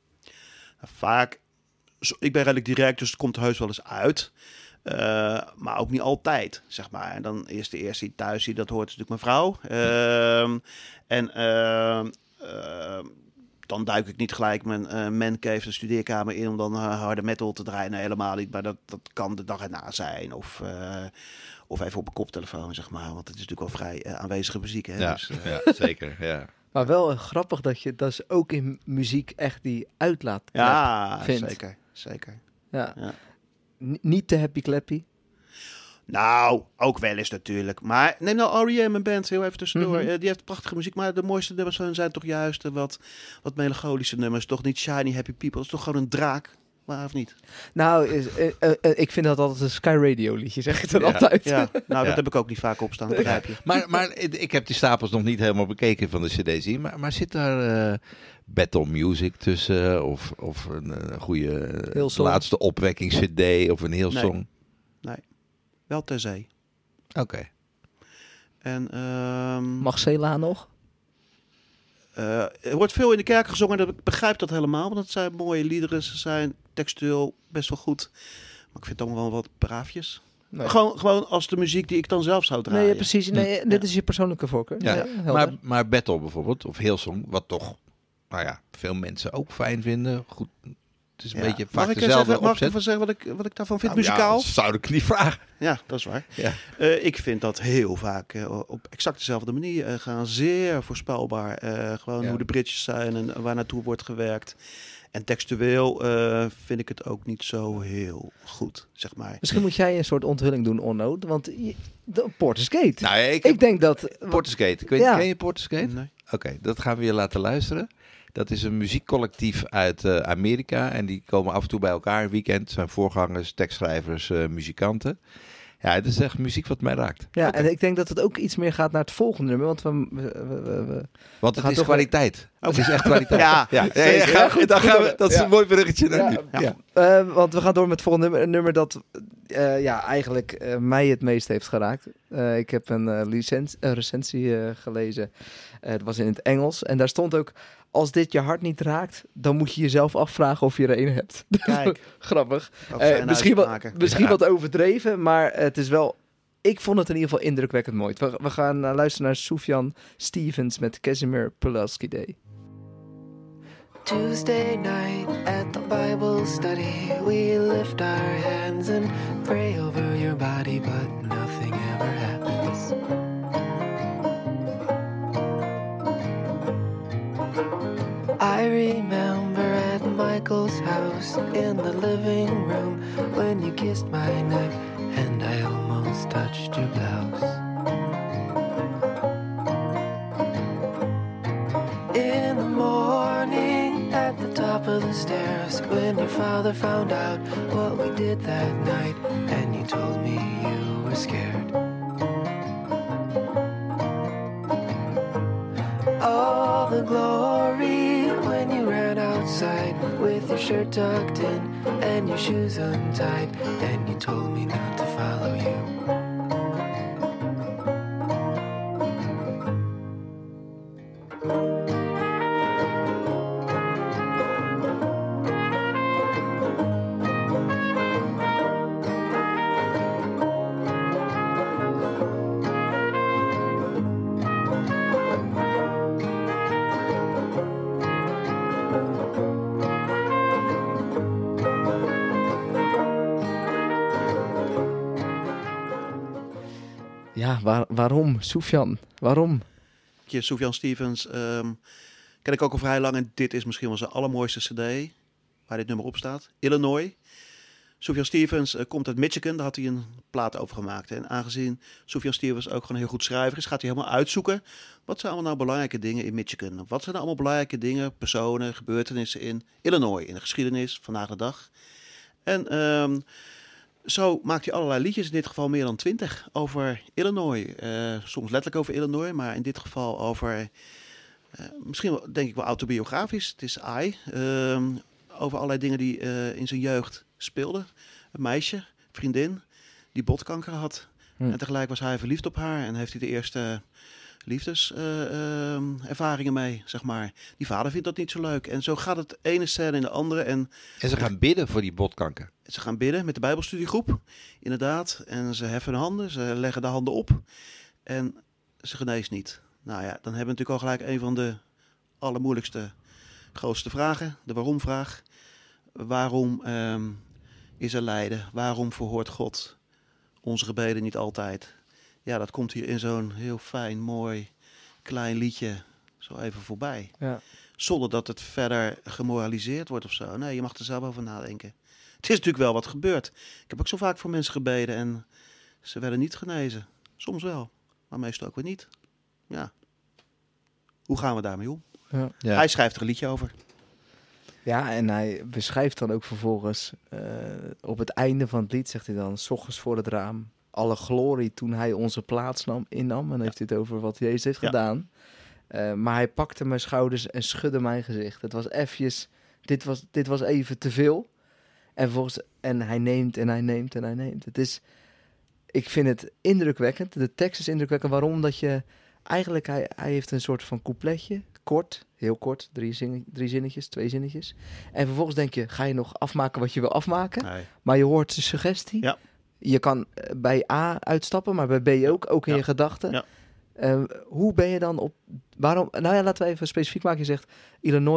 Vaak, ik ben redelijk direct, dus het komt heus wel eens uit. Uh, maar ook niet altijd, zeg maar. En dan is de eerste die thuis ziet, dat hoort natuurlijk mijn vrouw. Uh, en uh, uh, dan duik ik niet gelijk mijn uh, mancave, de studeerkamer in, om dan uh, harde metal te draaien. Nee, helemaal niet. Maar dat, dat kan de dag erna zijn. Of, uh, of even op een koptelefoon, zeg maar. Want het is natuurlijk wel vrij uh, aanwezige muziek. Hè? Ja, Dus, uh, ja, zeker. Ja. Maar wel uh, grappig dat je dat is ook in muziek echt die uitlaat ja, vindt. zeker. zeker. Ja. Ja. N- niet te happy clappy. Nou, ook wel eens natuurlijk. Maar neem nou R E M, een band, heel even tussendoor. Mhm. Uh, die heeft prachtige muziek, maar de mooiste nummers van hen zijn toch juist uh, wat, wat melancholische nummers. Toch niet Shiny Happy People. Dat is toch gewoon een draak, maar of niet? Nou, is, uh, uh, uh, ik vind dat altijd een Sky Radio liedje, zeg ik dan Ja. altijd. Ja, nou dat Ja. heb ik ook niet vaak opstaan, dat begrijp je. Maar, maar ik heb die stapels nog niet helemaal bekeken van de cd's hier. Maar, maar zit daar uh, battle music tussen? Of, of een, een goede Hillsong. laatste opwekkings-cd of een Hillsong? Nee, wel ter zee. Oké. Okay. En um, Marcela nog? Uh, er wordt veel in de kerk gezongen en ik begrijp dat helemaal. Want het zijn mooie liederen, ze zijn textueel best wel goed. Maar ik vind het allemaal wel wat braafjes. Nee. Gewoon, gewoon als de muziek die ik dan zelf zou draaien. Nee, precies. Nee, Ja. dit is je persoonlijke voorkeur. Ja, Ja, helder. maar, maar battle bijvoorbeeld, of Hillsong, wat toch, nou ja, veel mensen ook fijn vinden. Goed, Het is een Ja. beetje Mag vaak ik, dezelfde zeggen, mag ik opzet. even zeggen wat ik, wat ik daarvan vind, Nou ja, muzikaal? dat zou ik niet vragen. Ja, dat is waar. Ja. Uh, ik vind dat heel vaak uh, op exact dezelfde manier uh, gaan. Zeer voorspelbaar. Uh, gewoon Ja. hoe de bridges zijn en waar naartoe wordt gewerkt. En textueel uh, vind ik het ook niet zo heel goed, zeg maar. Misschien moet jij een soort onthulling doen, Onno. Want je- de Porter's Gate. Nou, ja, ik ik heb denk dat... Porter's Gate. Ik weet, Ja. Ken je Porter's Gate? Nee. Oké, dat gaan we je laten luisteren. Dat is een muziekcollectief uit uh, Amerika. En die komen af en toe bij elkaar een weekend. Het zijn voorgangers, tekstschrijvers, uh, muzikanten. Ja, het is echt muziek wat mij raakt. Ja, Oké. en ik denk dat het ook iets meer gaat naar het volgende nummer. Want we... we, we, we- we- Want we het gaan is toch kwaliteit. Het is echt kwaliteit. Ja, ja. ja, zeker. ja, gaan we- Ja, goed, dan goed gaan we, nummer. dat is Ja. een mooi bruggetje. naar Ja, nu. ja. Uh, want we gaan door met het volgende nummer. Een nummer dat uh, ja, eigenlijk uh, mij het meest heeft geraakt. Uh, ik heb een uh, licens, uh, recensie uh, gelezen. Uh, het was in het Engels. En daar stond ook... Als dit je hart niet raakt, dan moet je jezelf afvragen of je er een hebt. Kijk, Grappig. ook Uh, zijn misschien wat, uitspraken. misschien Ja. wat overdreven, maar het is wel... Ik vond het in ieder geval indrukwekkend mooi. We, we gaan uh, luisteren naar Sufjan Stevens met Casimir Pulaski Day. Tuesday night at the Bible study, we lift our hands and pray over your body, but nothing ever happens. I remember at Michael's house in the living room when you kissed my neck and I almost touched your blouse. In the morning at the top of the stairs when your father found out what we did that night and you told me you were scared. All the glory when you ran outside with your shirt tucked in and your shoes untied and you told me not to follow you. Ja, waar, waarom? Sufjan, waarom? Sufjan Stevens um, ken ik ook al vrij lang en dit is misschien wel zijn allermooiste cd waar dit nummer op staat. Illinois. Sufjan Stevens uh, komt uit Michigan, daar had hij een plaat over gemaakt. En aangezien Sufjan Stevens ook gewoon een heel goed schrijver is, gaat hij helemaal uitzoeken wat zijn allemaal nou belangrijke dingen in Michigan. Wat zijn nou allemaal belangrijke dingen, personen, gebeurtenissen in Illinois, in de geschiedenis, vandaag de dag. En um, zo maakt hij allerlei liedjes, in dit geval meer dan twintig, over Illinois. Uh, soms letterlijk over Illinois, maar in dit geval over, uh, misschien wel, denk ik wel autobiografisch. Het is I, uh, over allerlei dingen die uh, in zijn jeugd speelden. Een meisje, vriendin, die botkanker had. Hm. En tegelijk was hij verliefd op haar en heeft hij de eerste liefdeservaringen uh, uh, mee, zeg maar. Die vader vindt dat niet zo leuk. En zo gaat het ene scène in de andere. En En ze gaan bidden voor die botkanker. ze gaan bidden met de Bijbelstudiegroep, inderdaad. En ze heffen de handen, ze leggen de handen op. En ze geneest niet. Nou ja, dan hebben we natuurlijk al gelijk een van de allermoeilijkste, grootste vragen. De waarom-vraag. Waarom um, is er lijden? Waarom verhoort God onze gebeden niet altijd? Ja, dat komt hier in zo'n heel fijn, mooi, klein liedje zo even voorbij. Ja. Zonder dat het verder gemoraliseerd wordt of zo. Nee, je mag er zelf over nadenken. Het is natuurlijk wel wat gebeurd. Ik heb ook zo vaak voor mensen gebeden en ze werden niet genezen. Soms wel, maar meestal ook weer niet. Ja. Hoe gaan we daarmee om? Ja. Ja. Hij schrijft er een liedje over. Ja, en hij beschrijft dan ook vervolgens, uh, op het einde van het lied zegt hij dan, 's ochtends voor het raam, alle glorie toen hij onze plaats nam, innam. En dan heeft hij het over wat Jezus heeft Ja. gedaan. Uh, maar hij pakte mijn schouders en schudde mijn gezicht. Het was eventjes, dit was, dit was even te veel. En vervolgens, en hij neemt en hij neemt en hij neemt. Het is, ik vind het indrukwekkend. De tekst is indrukwekkend. Waarom? Dat je, eigenlijk, hij, hij heeft een soort van coupletje. Kort, heel kort, drie, zin, drie zinnetjes, twee zinnetjes. En vervolgens denk je, ga je nog afmaken wat je wil afmaken? Nee. Maar je hoort de suggestie. Ja. Je kan uh, bij A uitstappen, maar bij B ook, ook in Ja. je gedachten. Ja. Uh, hoe ben je dan op... Waarom? Nou ja, laten we even specifiek maken. Je zegt, Illinois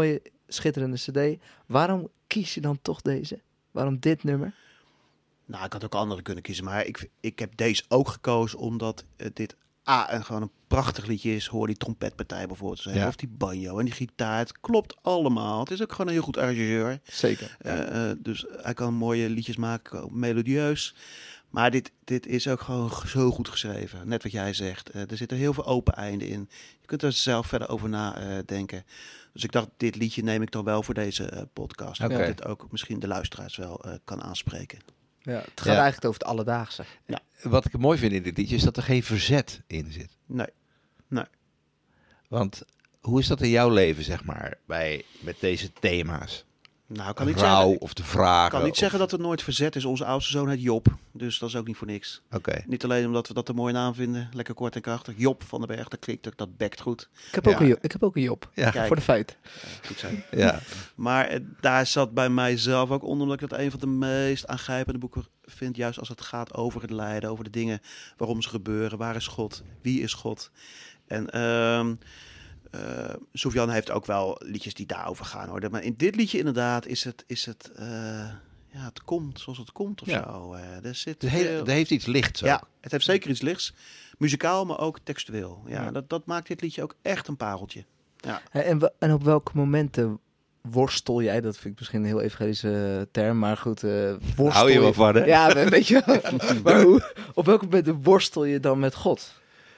schitterende cd. Waarom kies je dan toch deze? Waarom dit nummer? Nou, ik had ook andere kunnen kiezen, maar ik, ik heb deze ook gekozen omdat uh, dit A, een, gewoon een prachtig liedje is. Hoor die trompetpartij bijvoorbeeld zeggen, Ja. of die banjo en die gitaar. Het klopt allemaal. Het is ook gewoon een heel goed arrangeur. Zeker. Uh, uh, dus hij kan mooie liedjes maken, ook melodieus. Maar dit, dit is ook gewoon zo goed geschreven. Net wat jij zegt. Uh, er zitten heel veel open einden in. Je kunt er zelf verder over nadenken. Dus ik dacht, dit liedje neem ik dan wel voor deze uh, podcast. Oké. Dat dit ook misschien de luisteraars wel uh, kan aanspreken. Ja, het gaat Ja. eigenlijk over het alledaagse. Wat ik mooi vind in dit liedje is dat er geen verzet in zit. Nee. Want hoe is dat in jouw leven, zeg maar, bij, met deze thema's? Nou, ik kan niet Rouw zeggen, of de vragen? ik kan niet of- zeggen dat er nooit verzet is. Onze oudste zoon heet Job. Dus dat is ook niet voor niks. Oké. Niet alleen omdat we dat een mooie naam vinden. Lekker kort en krachtig. Job van den Berg, dat klinkt ook, dat bekt goed. Ik heb, Ja. ook, een, Jo- ik heb ook een Job. Ja. Kijk. Voor de feit. Goed zo. Ja. Maar eh, daar zat bij mijzelf ook onder, omdat ik dat een van de meest aangrijpende boeken vind. Juist als het gaat over het lijden, over de dingen waarom ze gebeuren. Waar is God? Wie is God? En ehm uh, Sufjan heeft ook wel liedjes die daarover gaan, hoor. Maar in dit liedje inderdaad is het, is het uh, ja, het komt zoals het komt of Ja. zo. Uh, er zit Het, he- veel- het heeft iets lichts ook. ja, het heeft zeker iets lichts. Muzikaal, maar ook textueel. Ja, Ja. Dat, dat maakt dit liedje ook echt een pareltje. Hè, En, wa- en op welke momenten worstel jij? Dat vind ik misschien een heel evangelische term, maar goed. eh worstel Hou je wel van, hè? Ja, we- weet je wel. Maar hoe, op welke momenten worstel je dan met God?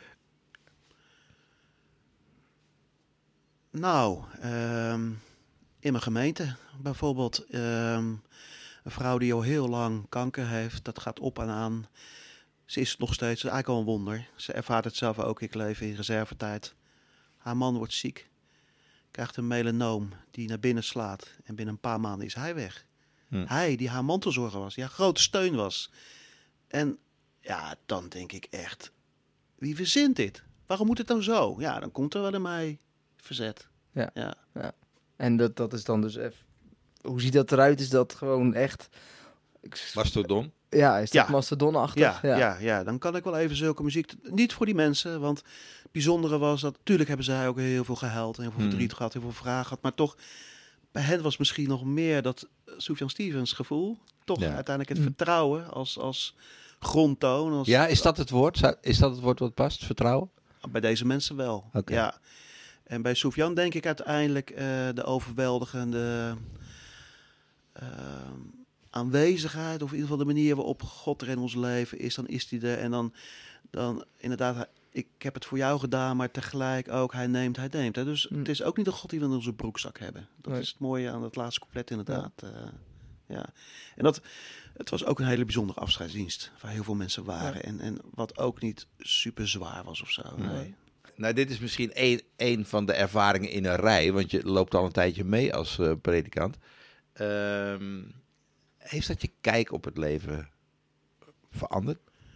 Nou, ehm, in mijn gemeente bijvoorbeeld. ehm, een vrouw die al heel lang kanker heeft, dat gaat op en aan. Ze is het nog steeds, dat is eigenlijk al een wonder. Ze ervaart het zelf ook, ik leef in reservetijd. Haar man wordt ziek, krijgt een melanoom die naar binnen slaat. En binnen een paar maanden is hij weg. Hm. Hij, die haar mantelzorger was, die haar grote steun was. En ja, dan denk ik echt, wie verzint dit? Waarom moet het nou zo? Ja, dan komt er wel in mij verzet. Ja. ja. En dat, dat is dan dus even... Hoe ziet dat eruit? Is dat gewoon echt... Ik, Mastodon. ja, is dat Ja. mastodonachtig? Ja, ja. Ja, dan kan ik wel even zulke muziek... Niet voor die mensen, want het bijzondere was dat... Natuurlijk hebben zij ook heel veel gehuild, heel veel Hmm. verdriet gehad, heel veel vragen gehad. Maar toch, bij hen was misschien nog meer dat Sufjan Stevens gevoel. Toch Ja. uiteindelijk het Hmm. vertrouwen als, als grondtoon. Als, Ja, is dat het woord? Zou- Is dat het woord wat past? Vertrouwen? Bij deze mensen wel, Oké. ja. En bij Sufjan denk ik uiteindelijk eh, de overweldigende eh, aanwezigheid, of in ieder geval de manier waarop God er in ons leven is, dan is hij er. En dan, dan inderdaad, hij- ik heb het voor jou gedaan, maar tegelijk ook, hij neemt, hij neemt. Hè. Dus Mm. het is ook niet de God die we in onze broekzak hebben. Dat Nee. is het mooie aan het laatste couplet inderdaad. Ja. ja. En dat, het was ook een hele bijzondere afscheidsdienst, waar heel veel mensen waren. En, en wat ook niet super zwaar was of zo. Nee. Nee. Nou, dit is misschien één, één van de ervaringen in een rij, want je loopt al een tijdje mee als eh, predikant. Ehm, heeft dat je kijk op het leven veranderd?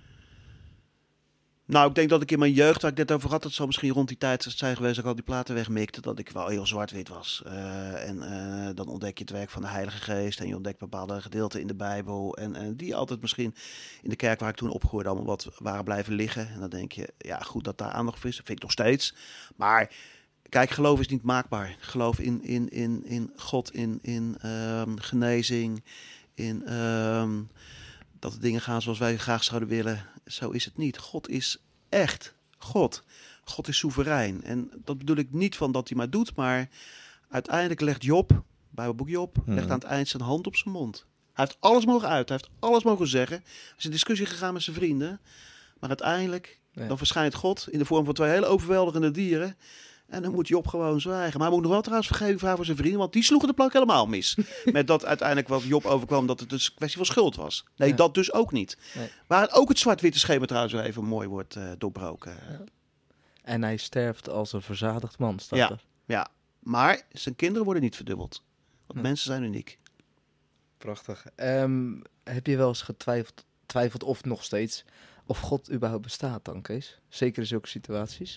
Nou, ik denk dat ik in mijn jeugd, waar ik net over had, dat zou misschien rond die tijd zijn geweest dat ik al die platen wegmikte, dat ik wel heel zwart-wit was. Uh, en uh, dan ontdek je het werk van de Heilige Geest en je ontdekt bepaalde gedeelten in de Bijbel. En, en die altijd misschien in de kerk waar ik toen opgroeide allemaal wat waren blijven liggen. En dan denk je, ja goed dat daar aandacht voor is, dat vind ik nog steeds. Maar kijk, geloof is niet maakbaar. Geloof in, in, in, in God, in, in um, genezing, in um, dat de dingen gaan zoals wij graag zouden willen. Zo is het niet. God is echt God. God is soeverein. En dat bedoel ik niet van dat hij maar doet, maar uiteindelijk legt Job, Bijbelboek Job, Hmm. legt aan het eind zijn hand op zijn mond. Hij heeft alles mogen uit, hij heeft alles mogen zeggen. Hij is in discussie gegaan met zijn vrienden. Maar uiteindelijk, Ja. dan verschijnt God in de vorm van twee hele overweldigende dieren. En dan moet Job gewoon zwijgen. Maar hij moet nog wel trouwens vergeving vragen voor zijn vrienden, want die sloegen de plank helemaal mis. Met dat uiteindelijk wat Job overkwam, dat het dus een kwestie van schuld was. Nee, Ja. dat dus ook niet. Nee. Waar ook het zwart-witte schema trouwens weer even mooi wordt uh, doorbroken. En hij sterft als een verzadigd man, staat Ja. er. Ja, maar zijn kinderen worden niet verdubbeld. Want Ja. mensen zijn uniek. Prachtig. Ehm, heb je wel eens getwijfeld, twijfeld of nog steeds, of God überhaupt bestaat dan, Kees? Zeker in zulke situaties.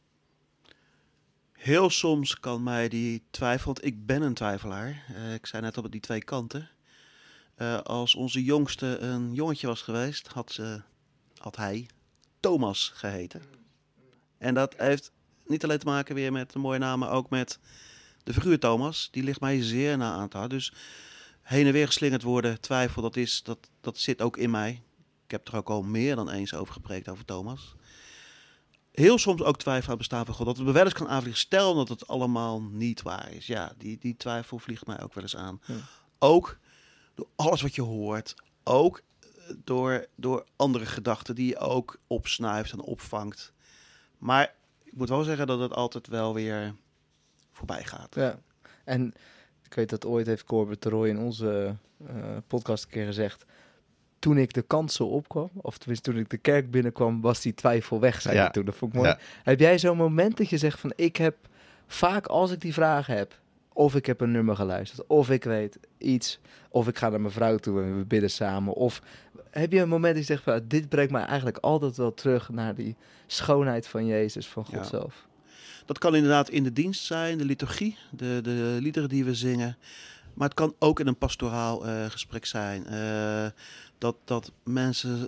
Heel soms kan mij die twijfel, want ik ben een twijfelaar. Uh, ik zei net al die twee kanten. Uh, als onze jongste een jongetje was geweest, had, ze, had hij Thomas geheten. En dat heeft niet alleen te maken weer met een mooie naam, maar ook met de figuur Thomas, die ligt mij zeer na aan het hart. Dus heen en weer geslingerd worden, twijfel, dat, is, dat, dat zit ook in mij. Ik heb er ook al meer dan eens over gepreekt, over Thomas. Heel soms ook twijfel aan het bestaan van God. Dat het me wel eens kan aanvliegen. Stel dat het allemaal niet waar is. Ja, die, die twijfel vliegt mij ook wel eens aan. Ja. Ook door alles wat je hoort. Ook door, door andere gedachten die je ook opsnuift en opvangt. Maar ik moet wel zeggen dat het altijd wel weer voorbij gaat. Ja, en ik weet dat ooit heeft Corbett de Roy in onze uh, podcast een keer gezegd... Toen ik de kansel opkwam, of tenminste toen ik de kerk binnenkwam, was die twijfel weg, zei ja. hij toen. Dat vond ik mooi. Ja. Heb jij zo'n moment dat je zegt van, ik heb vaak als ik die vragen heb, of ik heb een nummer geluisterd, of ik weet iets, of ik ga naar mijn vrouw toe en we bidden samen, of heb je een moment dat je zegt van, dit brengt mij eigenlijk altijd wel terug naar die schoonheid van Jezus, van God ja. zelf? Dat kan inderdaad in de dienst zijn, de liturgie, de, de liederen die we zingen. Maar het kan ook in een pastoraal uh, gesprek zijn. Uh, dat, dat mensen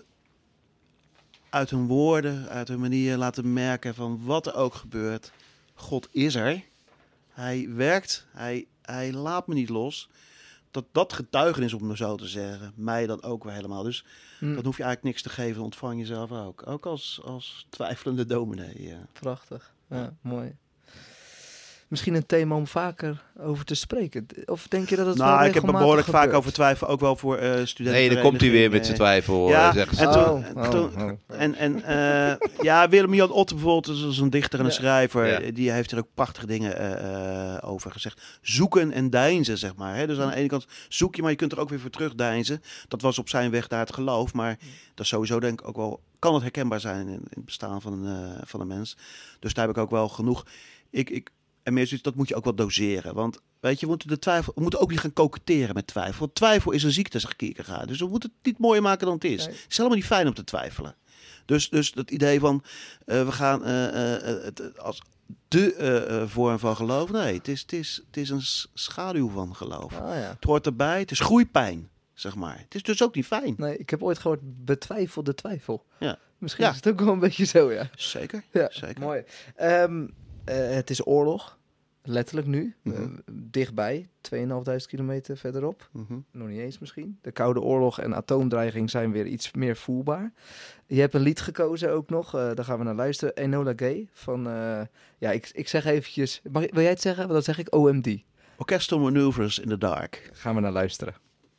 uit hun woorden, uit hun manier laten merken van wat er ook gebeurt. God is er. Hij werkt. Hij, hij laat me niet los. Dat dat getuigenis, om het zo te zeggen, mij dan ook weer helemaal. Dus hmm. dan hoef je eigenlijk niks te geven, ontvang je zelf ook. Ook als, als twijfelende dominee. Ja. Prachtig. Ja, ja. Mooi. Misschien een thema om vaker over te spreken. Of denk je dat het nou, wel ik heb regelmatig behoorlijk gebeurt? vaak over twijfel, ook wel voor uh, studenten. Nee, dan komt hij weer met zijn twijfel, ja, uh, zeggen ze. En toen, oh, en, oh, toen, oh. en, en uh, ja, Willem-Jan Otten bijvoorbeeld, dat is een dichter en een ja. schrijver, Ja. die heeft er ook prachtige dingen uh, over gezegd. Zoeken en deinzen, zeg maar. Hè? Dus aan de ene kant zoek je, maar je kunt er ook weer voor terugdeinzen. Dat was op zijn weg naar het geloof, maar dat is sowieso denk ik ook wel, kan het herkenbaar zijn in, in het bestaan van een, uh, van een mens. Dus daar heb ik ook wel genoeg. Ik... ik En meer zoiets, dat moet je ook wel doseren. Want weet je, we moeten, de twijfel, we moeten ook niet gaan koketteren met twijfel. Want twijfel is een ziekte, zegt Kierkegaard. Dus we moeten het niet mooier maken dan het is. Nee. Het is helemaal niet fijn om te twijfelen. Dus, dus dat idee van, uh, we gaan uh, uh, het, als de uh, uh, vorm van geloof. Nee, het is, het, is, het is een schaduw van geloof. Oh, ja. Het hoort erbij, het is groeipijn, zeg maar. Het is dus ook niet fijn. Nee, ik heb ooit gehoord, betwijfel de twijfel. Ja. Misschien ja. is het ook wel een beetje zo, ja. Zeker, ja, zeker. Mooi. Um, Uh, het is oorlog, letterlijk nu, Mm-hmm. uh, dichtbij, tweeënhalfduizend kilometer verderop, Mm-hmm. nog niet eens misschien. De Koude Oorlog en atoomdreiging zijn weer iets meer voelbaar. Je hebt een lied gekozen ook nog, uh, daar gaan we naar luisteren, Enola Gay, van, uh, ja, ik, ik zeg eventjes, mag, wil jij het zeggen? Want dan zeg ik O M D. Orchestral Maneuvers in the Dark. Gaan we naar luisteren.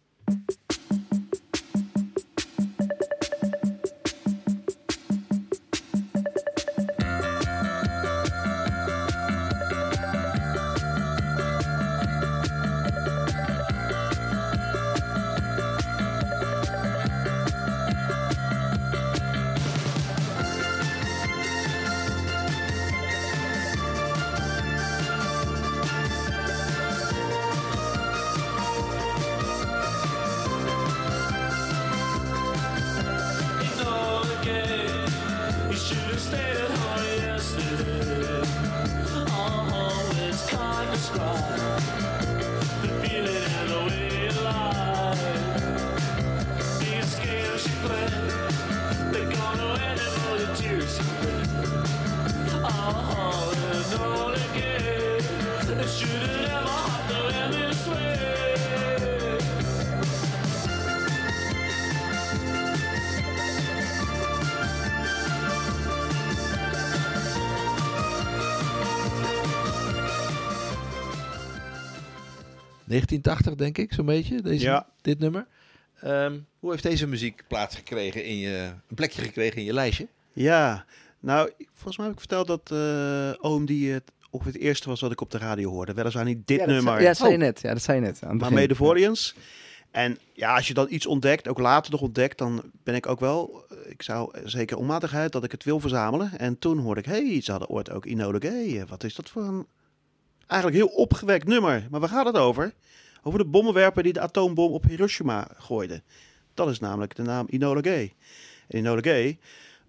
negentien tachtig denk ik, zo'n beetje, deze, ja. dit nummer. Um, hoe heeft deze muziek plaats gekregen in je, een plekje gekregen in je lijstje? Ja, nou, volgens mij heb ik verteld dat uh, O M D het ongeveer het eerste was wat ik op de radio hoorde. Weliswaar niet dit ja, nummer. Zei, ja, dat zei je net. Ja, dat zei je net. Aan het maar begin. Medevorians. En ja, als je dan iets ontdekt, ook later nog ontdekt, dan ben ik ook wel, ik zou zeker onmatigheid dat ik het wil verzamelen. En toen hoorde ik, hey, ze hadden ooit ook Enola Gay. Wat is dat voor een eigenlijk heel opgewekt nummer. Maar waar gaat het over? Over de bommenwerper die de atoombom op Hiroshima gooide. Dat is namelijk de naam Enola Gay. En Enola Gay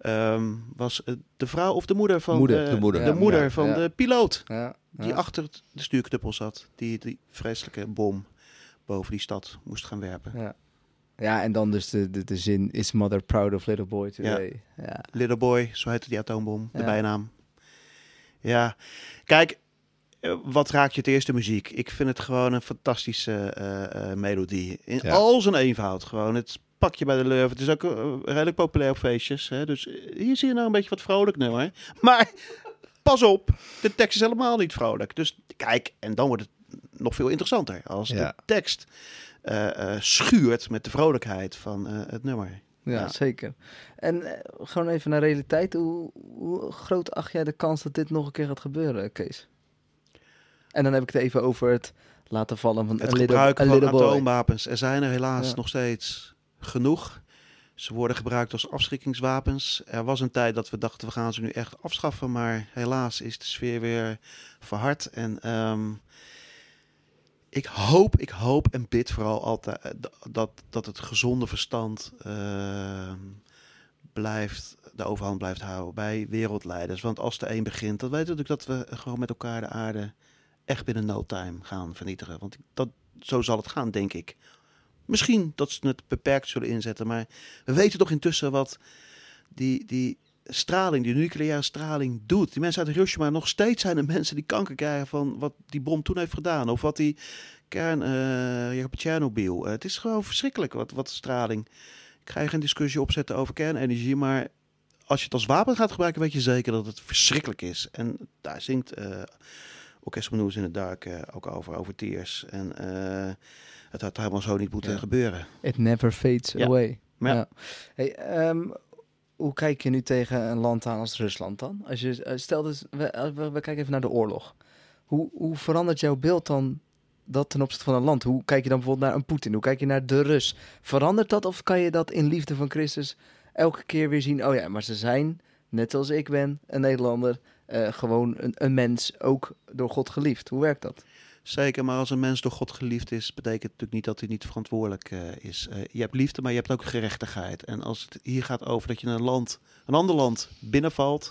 um, was uh, de vrouw of de moeder van moeder, de, de moeder, de ja, moeder ja, van ja. de piloot. Ja, Die ja. achter de stuurknuppel zat. Die die vreselijke bom boven die stad moest gaan werpen. Ja, ja en dan dus de, de, de zin, is mother proud of little boy today. Ja. Ja. Little Boy, zo heette die atoombom, de Ja. bijnaam. Ja, kijk, uh, wat raakt je het eerste muziek? Ik vind het gewoon een fantastische uh, uh, melodie. In Ja. al zijn eenvoud gewoon. Het pak je bij de lurf. Het is ook uh, redelijk populair op feestjes. Hè? Dus uh, hier zie je nou een beetje wat vrolijk nummer. Maar pas op, de tekst is helemaal niet vrolijk. Dus kijk, en dan wordt het nog veel interessanter. Als Ja. de tekst uh, uh, schuurt met de vrolijkheid van uh, het nummer. Ja, Ja. zeker. En eh, gewoon even naar realiteit. Hoe, hoe groot acht jij de kans dat dit nog een keer gaat gebeuren, Kees? En dan heb ik het even over het laten vallen van Het a little, gebruiken a van little boy. atoomwapens. Er zijn er helaas Ja. nog steeds genoeg. Ze worden gebruikt als afschrikkingswapens. Er was een tijd dat we dachten, we gaan ze nu echt afschaffen. Maar helaas is de sfeer weer verhard. En um, ik hoop, ik hoop en bid vooral altijd uh, dat, dat het gezonde verstand uh, blijft, de overhand blijft houden bij wereldleiders. Want als de een begint, dan weten we natuurlijk dat we gewoon met elkaar de aarde echt binnen no time gaan vernietigen. Want dat, zo zal het gaan, denk ik. Misschien dat ze het beperkt zullen inzetten, maar we weten toch intussen wat die, die straling, die nucleaire straling doet. Die mensen uit Hiroshima, nog steeds zijn er mensen die kanker krijgen van wat die bom toen heeft gedaan. Of wat die kern, uh, op Tsjernobyl. Uh, het is gewoon verschrikkelijk wat, wat straling. Ik ga je geen discussie opzetten over kernenergie, maar als je het als wapen gaat gebruiken, weet je zeker dat het verschrikkelijk is. En daar zingt uh, Orchestral Maneuvers in the Dark uh, ook over, over Tears. En uh, het had helemaal zo niet moeten ja. gebeuren. It never fades Ja. away. Maar ja. Ja. Hey, um, hoe kijk je nu tegen een land aan als Rusland dan? Als je, uh, stel dus, we, we, we kijken even naar de oorlog. Hoe, hoe verandert jouw beeld dan dat ten opzichte van een land? Hoe kijk je dan bijvoorbeeld naar een Poetin? Hoe kijk je naar de Rus? Verandert dat of kan je dat in liefde van Christus elke keer weer zien? Oh ja, maar ze zijn, net als ik ben, een Nederlander, uh, gewoon een, een mens, ook door God geliefd. Hoe werkt dat? Zeker, maar als een mens door God geliefd is, betekent het natuurlijk niet dat hij niet verantwoordelijk uh, is. Uh, je hebt liefde, maar je hebt ook gerechtigheid. En als het hier gaat over dat je een land, een ander land binnenvalt,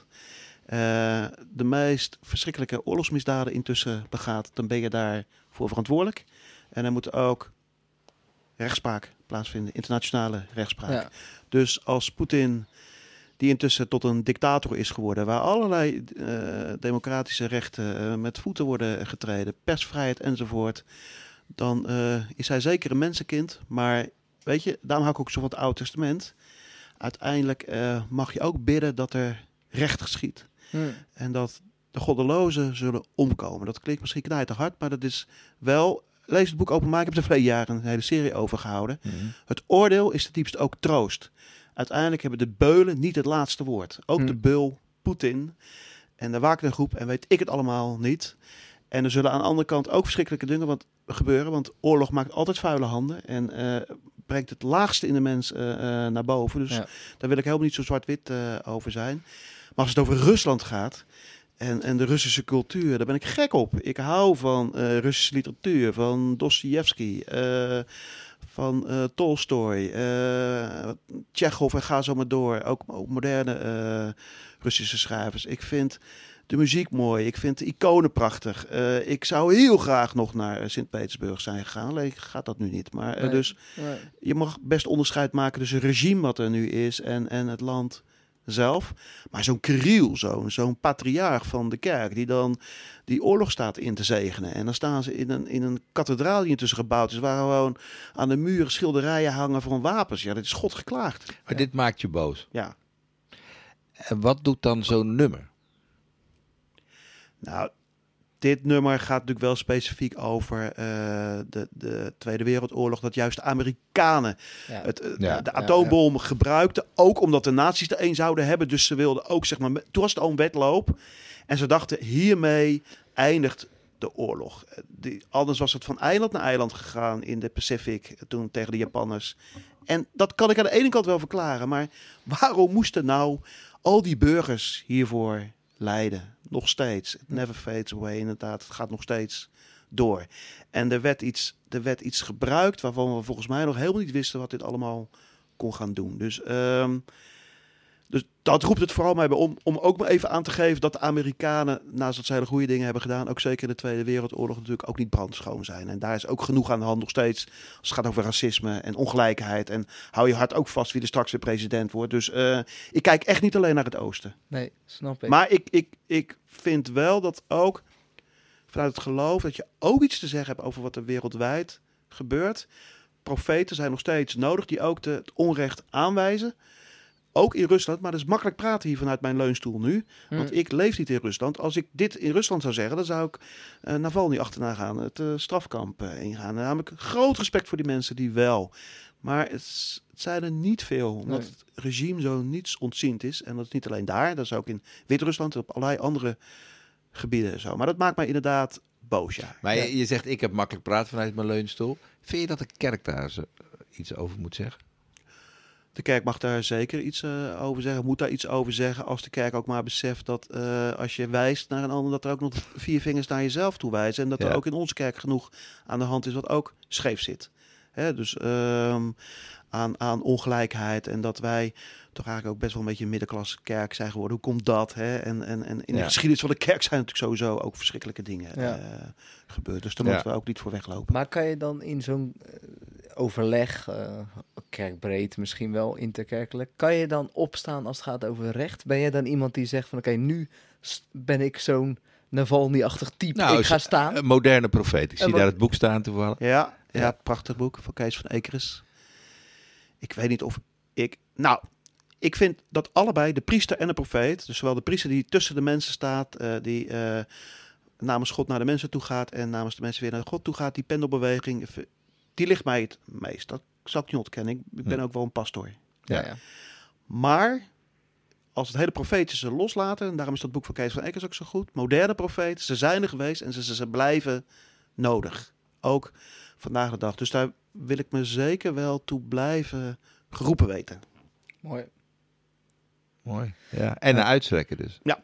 uh, de meest verschrikkelijke oorlogsmisdaden intussen begaat, dan ben je daarvoor verantwoordelijk. En er moet ook rechtspraak plaatsvinden, internationale rechtspraak. Ja. Dus als Poetin, die intussen tot een dictator is geworden, waar allerlei uh, democratische rechten uh, met voeten worden getreden, persvrijheid enzovoort, dan uh, is hij zeker een mensenkind. Maar weet je, daarom hou ik ook zo van het Oude Testament. Uiteindelijk uh, mag je ook bidden dat er recht geschiet. Hmm. En dat de goddelozen zullen omkomen. Dat klinkt misschien knijt te hard, maar dat is wel... Lees het boek Openbaar. Ik heb er verleden jaren een hele serie over gehouden. Hmm. Het oordeel is ten diepste ook troost. Uiteindelijk hebben de beulen niet het laatste woord. Ook hmm. de beul Poetin en de Wagnergroep en weet ik het allemaal niet. En er zullen aan de andere kant ook verschrikkelijke dingen wat gebeuren. Want oorlog maakt altijd vuile handen en uh, brengt het laagste in de mens uh, uh, naar boven. Dus ja. daar wil ik helemaal niet zo zwart-wit uh, over zijn. Maar als het over Rusland gaat en, en de Russische cultuur, daar ben ik gek op. Ik hou van uh, Russische literatuur, van Dostojevski, uh, van uh, Tolstoy, uh, Tsjechov en ga zo maar door. Ook, ook moderne uh, Russische schrijvers. Ik vind de muziek mooi. Ik vind de iconen prachtig. Uh, ik zou heel graag nog naar uh, Sint-Petersburg zijn gegaan. Alleen gaat dat nu niet. Maar uh, nee, dus nee. je mag best onderscheid maken tussen het regime wat er nu is en, en het land zelf. Maar zo'n Kirill, zo'n zo'n patriarch van de kerk, die dan die oorlog staat in te zegenen. En dan staan ze in een, in een kathedraal die intussen gebouwd is, waar gewoon aan de muren schilderijen hangen van wapens. Ja, dat is God geklaagd. Maar ja. dit maakt je boos. Ja. En wat doet dan zo'n nummer? Nou, dit nummer gaat natuurlijk wel specifiek over uh, de, de Tweede Wereldoorlog. Dat juist de Amerikanen ja. Het, uh, ja. de atoombom ja, ja. gebruikten. Ook omdat de nazi's er een zouden hebben. Dus ze wilden ook, zeg maar, toen was het al een wedloop. En ze dachten, hiermee eindigt de oorlog. Die, anders was het van eiland naar eiland gegaan in de Pacific. Toen tegen de Japanners. En dat kan ik aan de ene kant wel verklaren. Maar waarom moesten nou al die burgers hiervoor lijden? Nog steeds. It never fades away, inderdaad. Het gaat nog steeds door. En er werd iets, er werd iets gebruikt waarvan we volgens mij nog helemaal niet wisten wat dit allemaal kon gaan doen. Dus, um, dus dat roept het vooral mij bij om, om ook maar even aan te geven dat de Amerikanen, naast dat ze hele goede dingen hebben gedaan, ook zeker in de Tweede Wereldoorlog natuurlijk ook niet brandschoon zijn. En daar is ook genoeg aan de hand nog steeds als het gaat over racisme en ongelijkheid. En hou je hart ook vast wie er straks weer president wordt. Dus uh, ik kijk echt niet alleen naar het oosten. Nee, snap ik. Maar ik, ik, ik vind wel dat ook vanuit het geloof dat je ook iets te zeggen hebt over wat er wereldwijd gebeurt. Profeten zijn nog steeds nodig die ook de, het onrecht aanwijzen. Ook in Rusland, maar dat is makkelijk praten hier vanuit mijn leunstoel nu. Want Mm. ik leef niet in Rusland. Als ik dit in Rusland zou zeggen, dan zou ik uh, Navalny achterna gaan. Het uh, strafkamp uh, ingaan. Dan heb ik groot respect voor die mensen die wel. Maar het, het zijn er niet veel. Omdat Nee. het regime zo niets ontziend is. En dat is niet alleen daar. Dat is ook in Wit-Rusland en op allerlei andere gebieden en zo. Maar dat maakt mij inderdaad boos, ja. Maar Ja. je, je zegt, ik heb makkelijk praten vanuit mijn leunstoel. Vind je dat de kerk daar zo, iets over moet zeggen? De kerk mag daar zeker iets uh, over zeggen, moet daar iets over zeggen, als de kerk ook maar beseft dat uh, als je wijst naar een ander, dat er ook nog vier vingers naar jezelf toe wijzen. En dat Ja. er ook in onze kerk genoeg aan de hand is wat ook scheef zit. Hè, dus um, aan, aan ongelijkheid en dat wij toch eigenlijk ook best wel een beetje een middenklasse kerk zijn geworden. Hoe komt dat? Hè? En, en, en in Ja. de geschiedenis van de kerk zijn natuurlijk sowieso ook verschrikkelijke dingen Ja. uh, gebeurd. Dus daar Ja. moeten we ook niet voor weglopen. Maar kan je dan in zo'n uh, overleg, uh, kerkbreed misschien wel, interkerkelijk, kan je dan opstaan als het gaat over recht? Ben je dan iemand die zegt van oké, okay, nu st- ben ik zo'n Navalny-achtig type, Nou, ik ga z- staan? Een moderne profeet. Ik zie En wat- daar het boek staan toevallig. Ja, ja, Ja. prachtig boek van Kees van Ekeris. Ik weet niet of ik... Nou, ik vind dat allebei, de priester en de profeet, dus zowel de priester die tussen de mensen staat, uh, die uh, namens God naar de mensen toe gaat en namens de mensen weer naar God toe gaat, die pendelbeweging, die ligt mij het meest. Dat zal ik niet ontkennen. Ik ben Hm. ook wel een pastoor. Ja, ja. Maar als het hele profetische loslaten, en daarom is dat boek van Kees van Eckers ook zo goed, moderne profeten, ze zijn er geweest en ze, ze, ze blijven nodig. Ook vandaag de dag. Dus daar wil ik me zeker wel toe blijven geroepen weten. Mooi. Mooi. Ja. En een uitstrekken dus. Ja.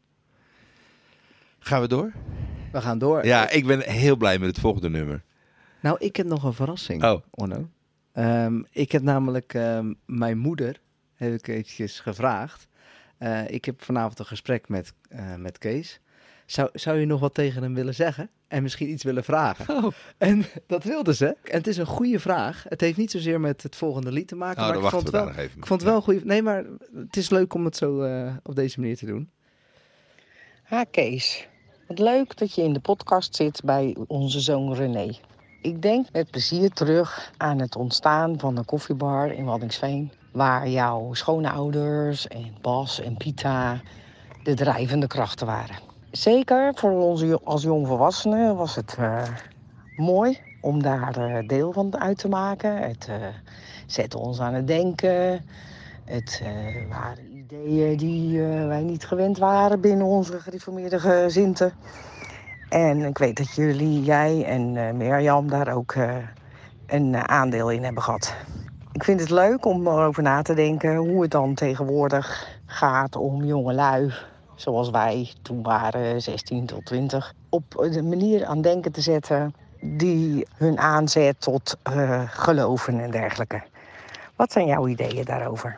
Gaan we door? We gaan door. Ja, ik ben heel blij met het volgende nummer. Nou, ik heb nog een verrassing, Oh. Onno. Um, ik heb namelijk um, mijn moeder, heb ik eventjes gevraagd. Uh, ik heb vanavond een gesprek met, uh, met Kees. Zou, zou je nog wat tegen hem willen zeggen? En misschien iets willen vragen? Oh. En dat wilde ze. En het is een goede vraag. Het heeft niet zozeer met het volgende lied te maken. Nou, maar dan ik wachten vond we het daar wel, nog even. ik vond het wel een goede... Nee, maar het is leuk om het zo uh, op deze manier te doen. Ha Kees, wat leuk dat je in de podcast zit bij onze zoon René. Ik denk met plezier terug aan het ontstaan van een koffiebar in Waddinxveen, waar jouw schoonouders en Bas en Pita de drijvende krachten waren. Zeker voor ons als jongvolwassenen was het uh, mooi om daar uh, deel van uit te maken. Het uh, zette ons aan het denken. Het uh, waren ideeën die uh, wij niet gewend waren binnen onze gereformeerde gezinten. En ik weet dat jullie, jij en uh, Mirjam daar ook uh, een uh, aandeel in hebben gehad. Ik vind het leuk om erover na te denken hoe het dan tegenwoordig gaat om jongelui, zoals wij toen waren, zestien tot twintig, op de manier aan denken te zetten die hun aanzet tot uh, geloven en dergelijke. Wat zijn jouw ideeën daarover?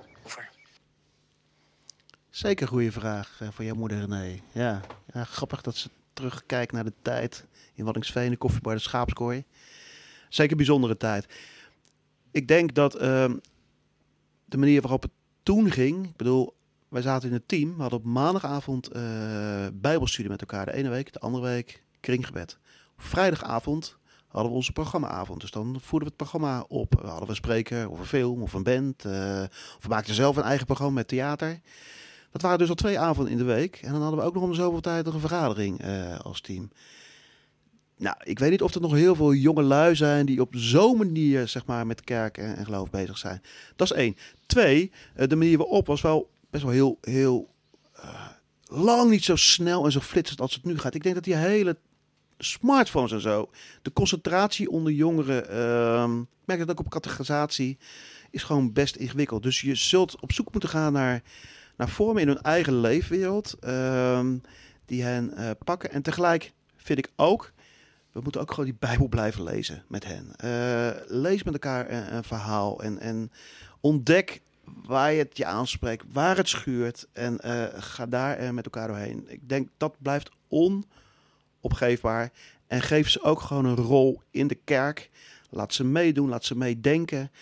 Zeker een goede vraag uh, voor jouw moeder René. Ja. ja, grappig dat ze terugkijkt naar de tijd in Waddinxveen, de koffiebar, de Schaapskooi. Zeker een bijzondere tijd. Ik denk dat uh, de manier waarop het toen ging, ik bedoel, wij zaten in het team, we hadden op maandagavond uh, bijbelstudie met elkaar de ene week, de andere week kringgebed. Op vrijdagavond hadden we onze programmaavond, dus dan voerden we het programma op. We hadden we een spreker of een film of een band, uh, of we maakten zelf een eigen programma met theater. Dat waren dus al twee avonden in de week. En dan hadden we ook nog om de zoveel tijd nog een vergadering uh, als team. Nou, ik weet niet of er nog heel veel jonge lui zijn die op zo'n manier, zeg maar, met kerk en, en geloof bezig zijn. Dat is één. Twee, uh, de manier waarop was wel best wel heel, heel uh, lang niet zo snel en zo flitsend als het nu gaat. Ik denk dat die hele smartphones en zo, de concentratie onder jongeren, uh, ik merk dat ook op categorisatie, is gewoon best ingewikkeld. Dus je zult op zoek moeten gaan naar... naar vormen in hun eigen leefwereld, uh, die hen uh, pakken. En tegelijk vind ik ook, we moeten ook gewoon die Bijbel blijven lezen met hen. Uh, lees met elkaar een, een verhaal en, en ontdek waar je het je aanspreekt, waar het schuurt en uh, ga daar uh, met elkaar doorheen. Ik denk dat blijft onopgeefbaar en geef ze ook gewoon een rol in de kerk. Laat ze meedoen, laat ze meedenken.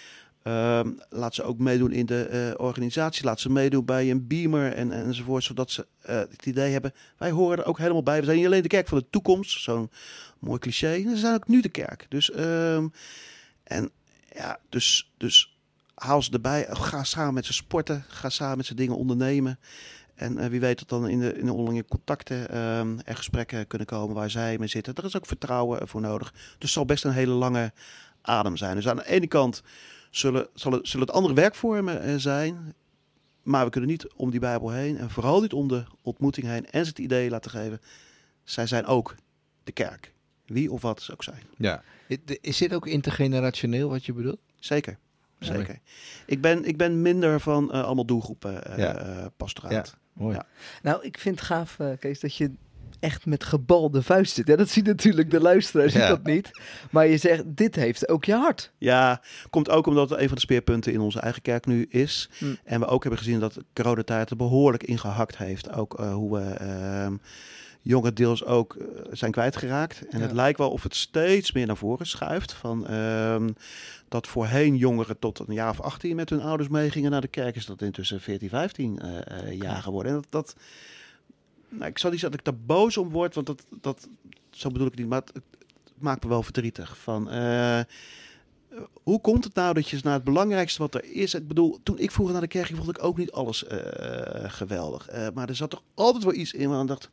Um, laat ze ook meedoen in de uh, organisatie. Laat ze meedoen bij een beamer en, enzovoort. Zodat ze uh, het idee hebben, wij horen er ook helemaal bij. We zijn niet alleen de kerk van de toekomst. Zo'n mooi cliché. En we zijn ook nu de kerk. Dus, um, en, ja, dus, dus haal ze erbij. Ga samen met ze sporten. Ga samen met ze dingen ondernemen. En uh, wie weet dat dan in de, in de onderlinge contacten um, er gesprekken kunnen komen waar zij mee zitten. Er is ook vertrouwen voor nodig. Dus het zal best een hele lange adem zijn. Dus aan de ene kant zullen, zullen, zullen het andere werkvormen uh, zijn. Maar we kunnen niet om die Bijbel heen. En vooral niet om de ontmoeting heen. En ze het idee laten geven. Zij zijn ook de kerk. Wie of wat ze ook zijn. Ja. Is dit ook intergenerationeel wat je bedoelt? Zeker. Zeker. Ja. Ik, ben, ik ben minder van uh, allemaal doelgroepen uh, ja. uh, pastoraat. Ja. Mooi. Ja. Nou, ik vind het gaaf, uh, Kees, dat je echt met gebalde vuist zit. Ja, dat ziet natuurlijk de luisteraar, ziet ja. dat niet. Maar je zegt, dit heeft ook je hart. Ja, komt ook omdat het een van de speerpunten in onze eigen kerk nu is. Hm. En we ook hebben gezien dat de coronatijd er behoorlijk ingehakt heeft. Ook uh, hoe we uh, jonge deels ook uh, zijn kwijtgeraakt. En ja. het lijkt wel of het steeds meer naar voren schuift. Van, uh, dat voorheen jongeren tot een jaar of achttien met hun ouders meegingen naar de kerk. Is dat intussen veertien, vijftien uh, uh, jaar geworden. En dat... dat Nou, ik zal niet zeggen dat ik daar boos om word, want dat, dat, zo bedoel ik het niet. Maar het, het maakt me wel verdrietig. Van, uh, hoe komt het nou dat je naar het belangrijkste wat er is... Ik bedoel, toen ik vroeger naar de kerk ging, vond ik ook niet alles uh, geweldig. Uh, maar er zat toch altijd wel iets in waar ik dacht...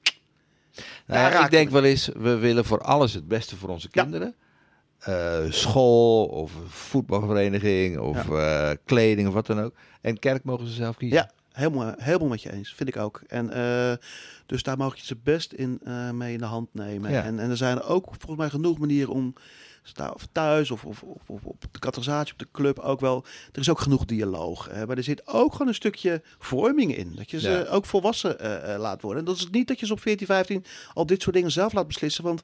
Nou ja, ik denk wel eens, we willen voor alles het beste voor onze kinderen. Ja. Uh, school of voetbalvereniging of ja. uh, kleding of wat dan ook. En kerk mogen ze zelf kiezen. Ja. Helemaal, helemaal met je eens, vind ik ook. En uh, dus daar mag je ze best in uh, mee in de hand nemen. Ja. En, en er zijn er ook volgens mij genoeg manieren om, of thuis of, of, of, of op de catechisatie, op de club ook wel. Er is ook genoeg dialoog. Uh, maar er zit ook gewoon een stukje vorming in. Dat je ze ja. ook volwassen uh, uh, laat worden. En dat is niet dat je ze op veertien, vijftien al dit soort dingen zelf laat beslissen. Want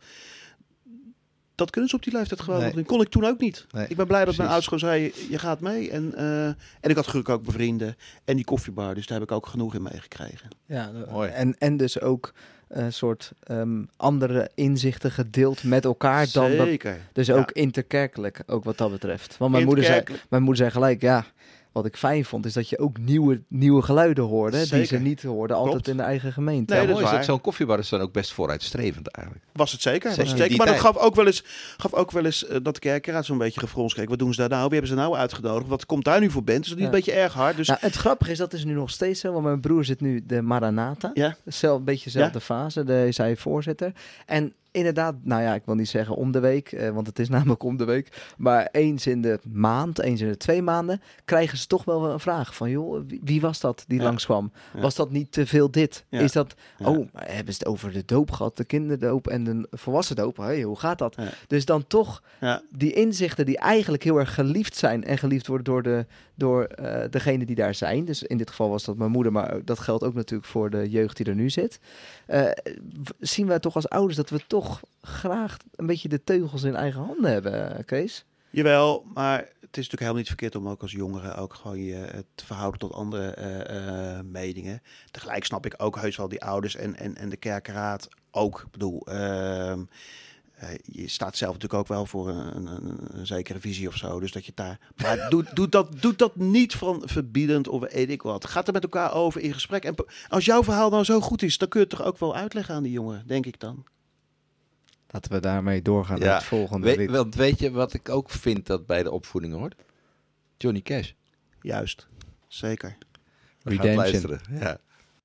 dat kunnen ze op die leeftijd gewoon. Nee. Dat kon ik toen ook niet. Nee, ik ben blij dat precies. Mijn ouders gewoon zei, je gaat mee. En, uh, en ik had gelukkig ook mijn vrienden en die koffiebar. Dus daar heb ik ook genoeg in meegekregen. Ja, mooi. En, en dus ook een uh, soort um, andere inzichten gedeeld met elkaar. Dan Zeker. Dat, dus ook ja. interkerkelijk, ook wat dat betreft. Want mijn moeder zei, mijn moeder zei gelijk, ja... Wat ik fijn vond, is dat je ook nieuwe, nieuwe geluiden hoorde. Zeker. Die ze niet hoorden, altijd Klopt. In de eigen gemeente. Nee, ja, mooi is dat zo'n koffiebar is dan ook best vooruitstrevend eigenlijk. Was het zeker. Was het zeker. Maar dat gaf ook wel eens, gaf ook wel eens uh, dat de kerkraad zo'n beetje gefrons keek. Wat doen ze daar nou? Wie hebben ze nou uitgenodigd? Wat komt daar nu voor band? Is dat niet ja. een beetje erg hard? Dus... Nou, het grappige is, dat is nu nog steeds zo. Want mijn broer zit nu de Maranatha. Ja. Zelf, een beetje dezelfde ja. fase. Daar is hij voorzitter. En inderdaad, nou ja, ik wil niet zeggen om de week, eh, want het is namelijk om de week. Maar eens in de maand, eens in de twee maanden, krijgen ze toch wel een vraag van, joh, wie, wie was dat die ja. langskwam? Ja. Was dat niet te veel dit? Ja. Is dat, ja. oh, maar hebben ze het over de doop gehad, de kinderdoop en de volwassen doop? Hey, hoe gaat dat? Ja. Dus dan toch ja. die inzichten die eigenlijk heel erg geliefd zijn en geliefd worden door, de, door uh, degene die daar zijn. Dus in dit geval was dat mijn moeder, maar dat geldt ook natuurlijk voor de jeugd die er nu zit. Uh, zien wij toch als ouders dat we toch graag een beetje de teugels in eigen handen hebben, Kees? Jawel, maar het is natuurlijk helemaal niet verkeerd om ook als jongere ook gewoon je te verhouden tot andere uh, uh, meningen. Tegelijk snap ik ook heus wel die ouders en, en, en de kerkraad ook. Ik bedoel, uh, uh, je staat zelf natuurlijk ook wel voor een, een, een zekere visie of zo. Dus dat je daar. Maar doe, doe, dat, doe dat niet van verbiedend of weet ik wat. Ga er met elkaar over in gesprek. En als jouw verhaal nou zo goed is, dan kun je het toch ook wel uitleggen aan die jongen, denk ik dan. Laten we daarmee doorgaan ja. naar het volgende We, want weet je wat ik ook vind dat bij de opvoeding hoort? Johnny Cash. Juist, zeker. We gaan luisteren. Ja.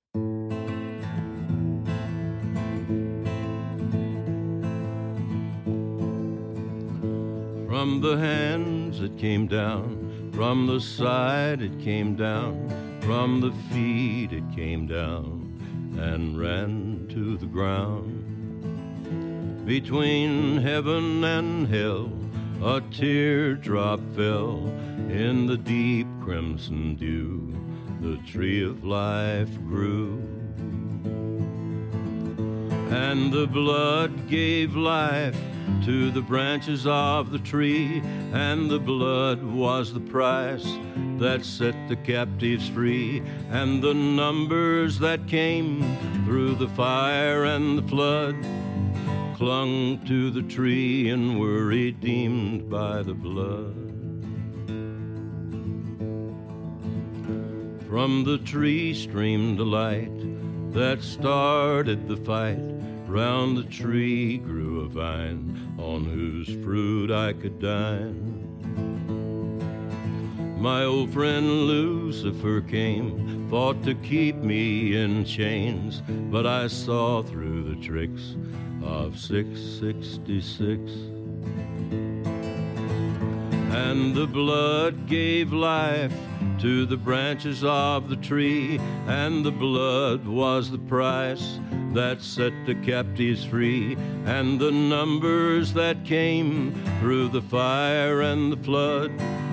From the hands it came down, from the side it came down, from the feet it came down and ran to the ground. Between heaven and hell, a teardrop fell in the deep crimson dew. The tree of life grew, and the blood gave life to the branches of the tree, and the blood was the price that set the captives free, and the numbers that came through the fire and the flood clung to the tree and were redeemed by the blood. From the tree streamed the light that started the fight. Round the tree grew a vine on whose fruit I could dine. My old friend Lucifer came, fought to keep me in chains, but I saw through the tricks of six sixty-six. And the blood gave life to the branches of the tree, and the blood was the price that set the captives free, and the numbers that came through the fire and the flood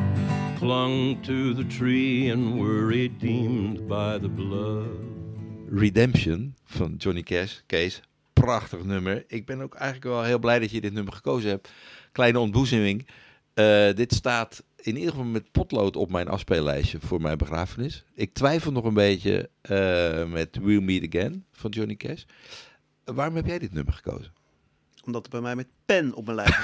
clung to the tree and were redeemed by the blood. Redemption van Johnny Cash. Kees, prachtig nummer. Ik ben ook eigenlijk wel heel blij dat je dit nummer gekozen hebt. Kleine ontboezeming. Uh, dit staat in ieder geval met potlood op mijn afspeellijstje voor mijn begrafenis. Ik twijfel nog een beetje uh, met We'll Meet Again van Johnny Cash. Uh, waarom heb jij dit nummer gekozen? Omdat het bij mij met pen op mijn lijstje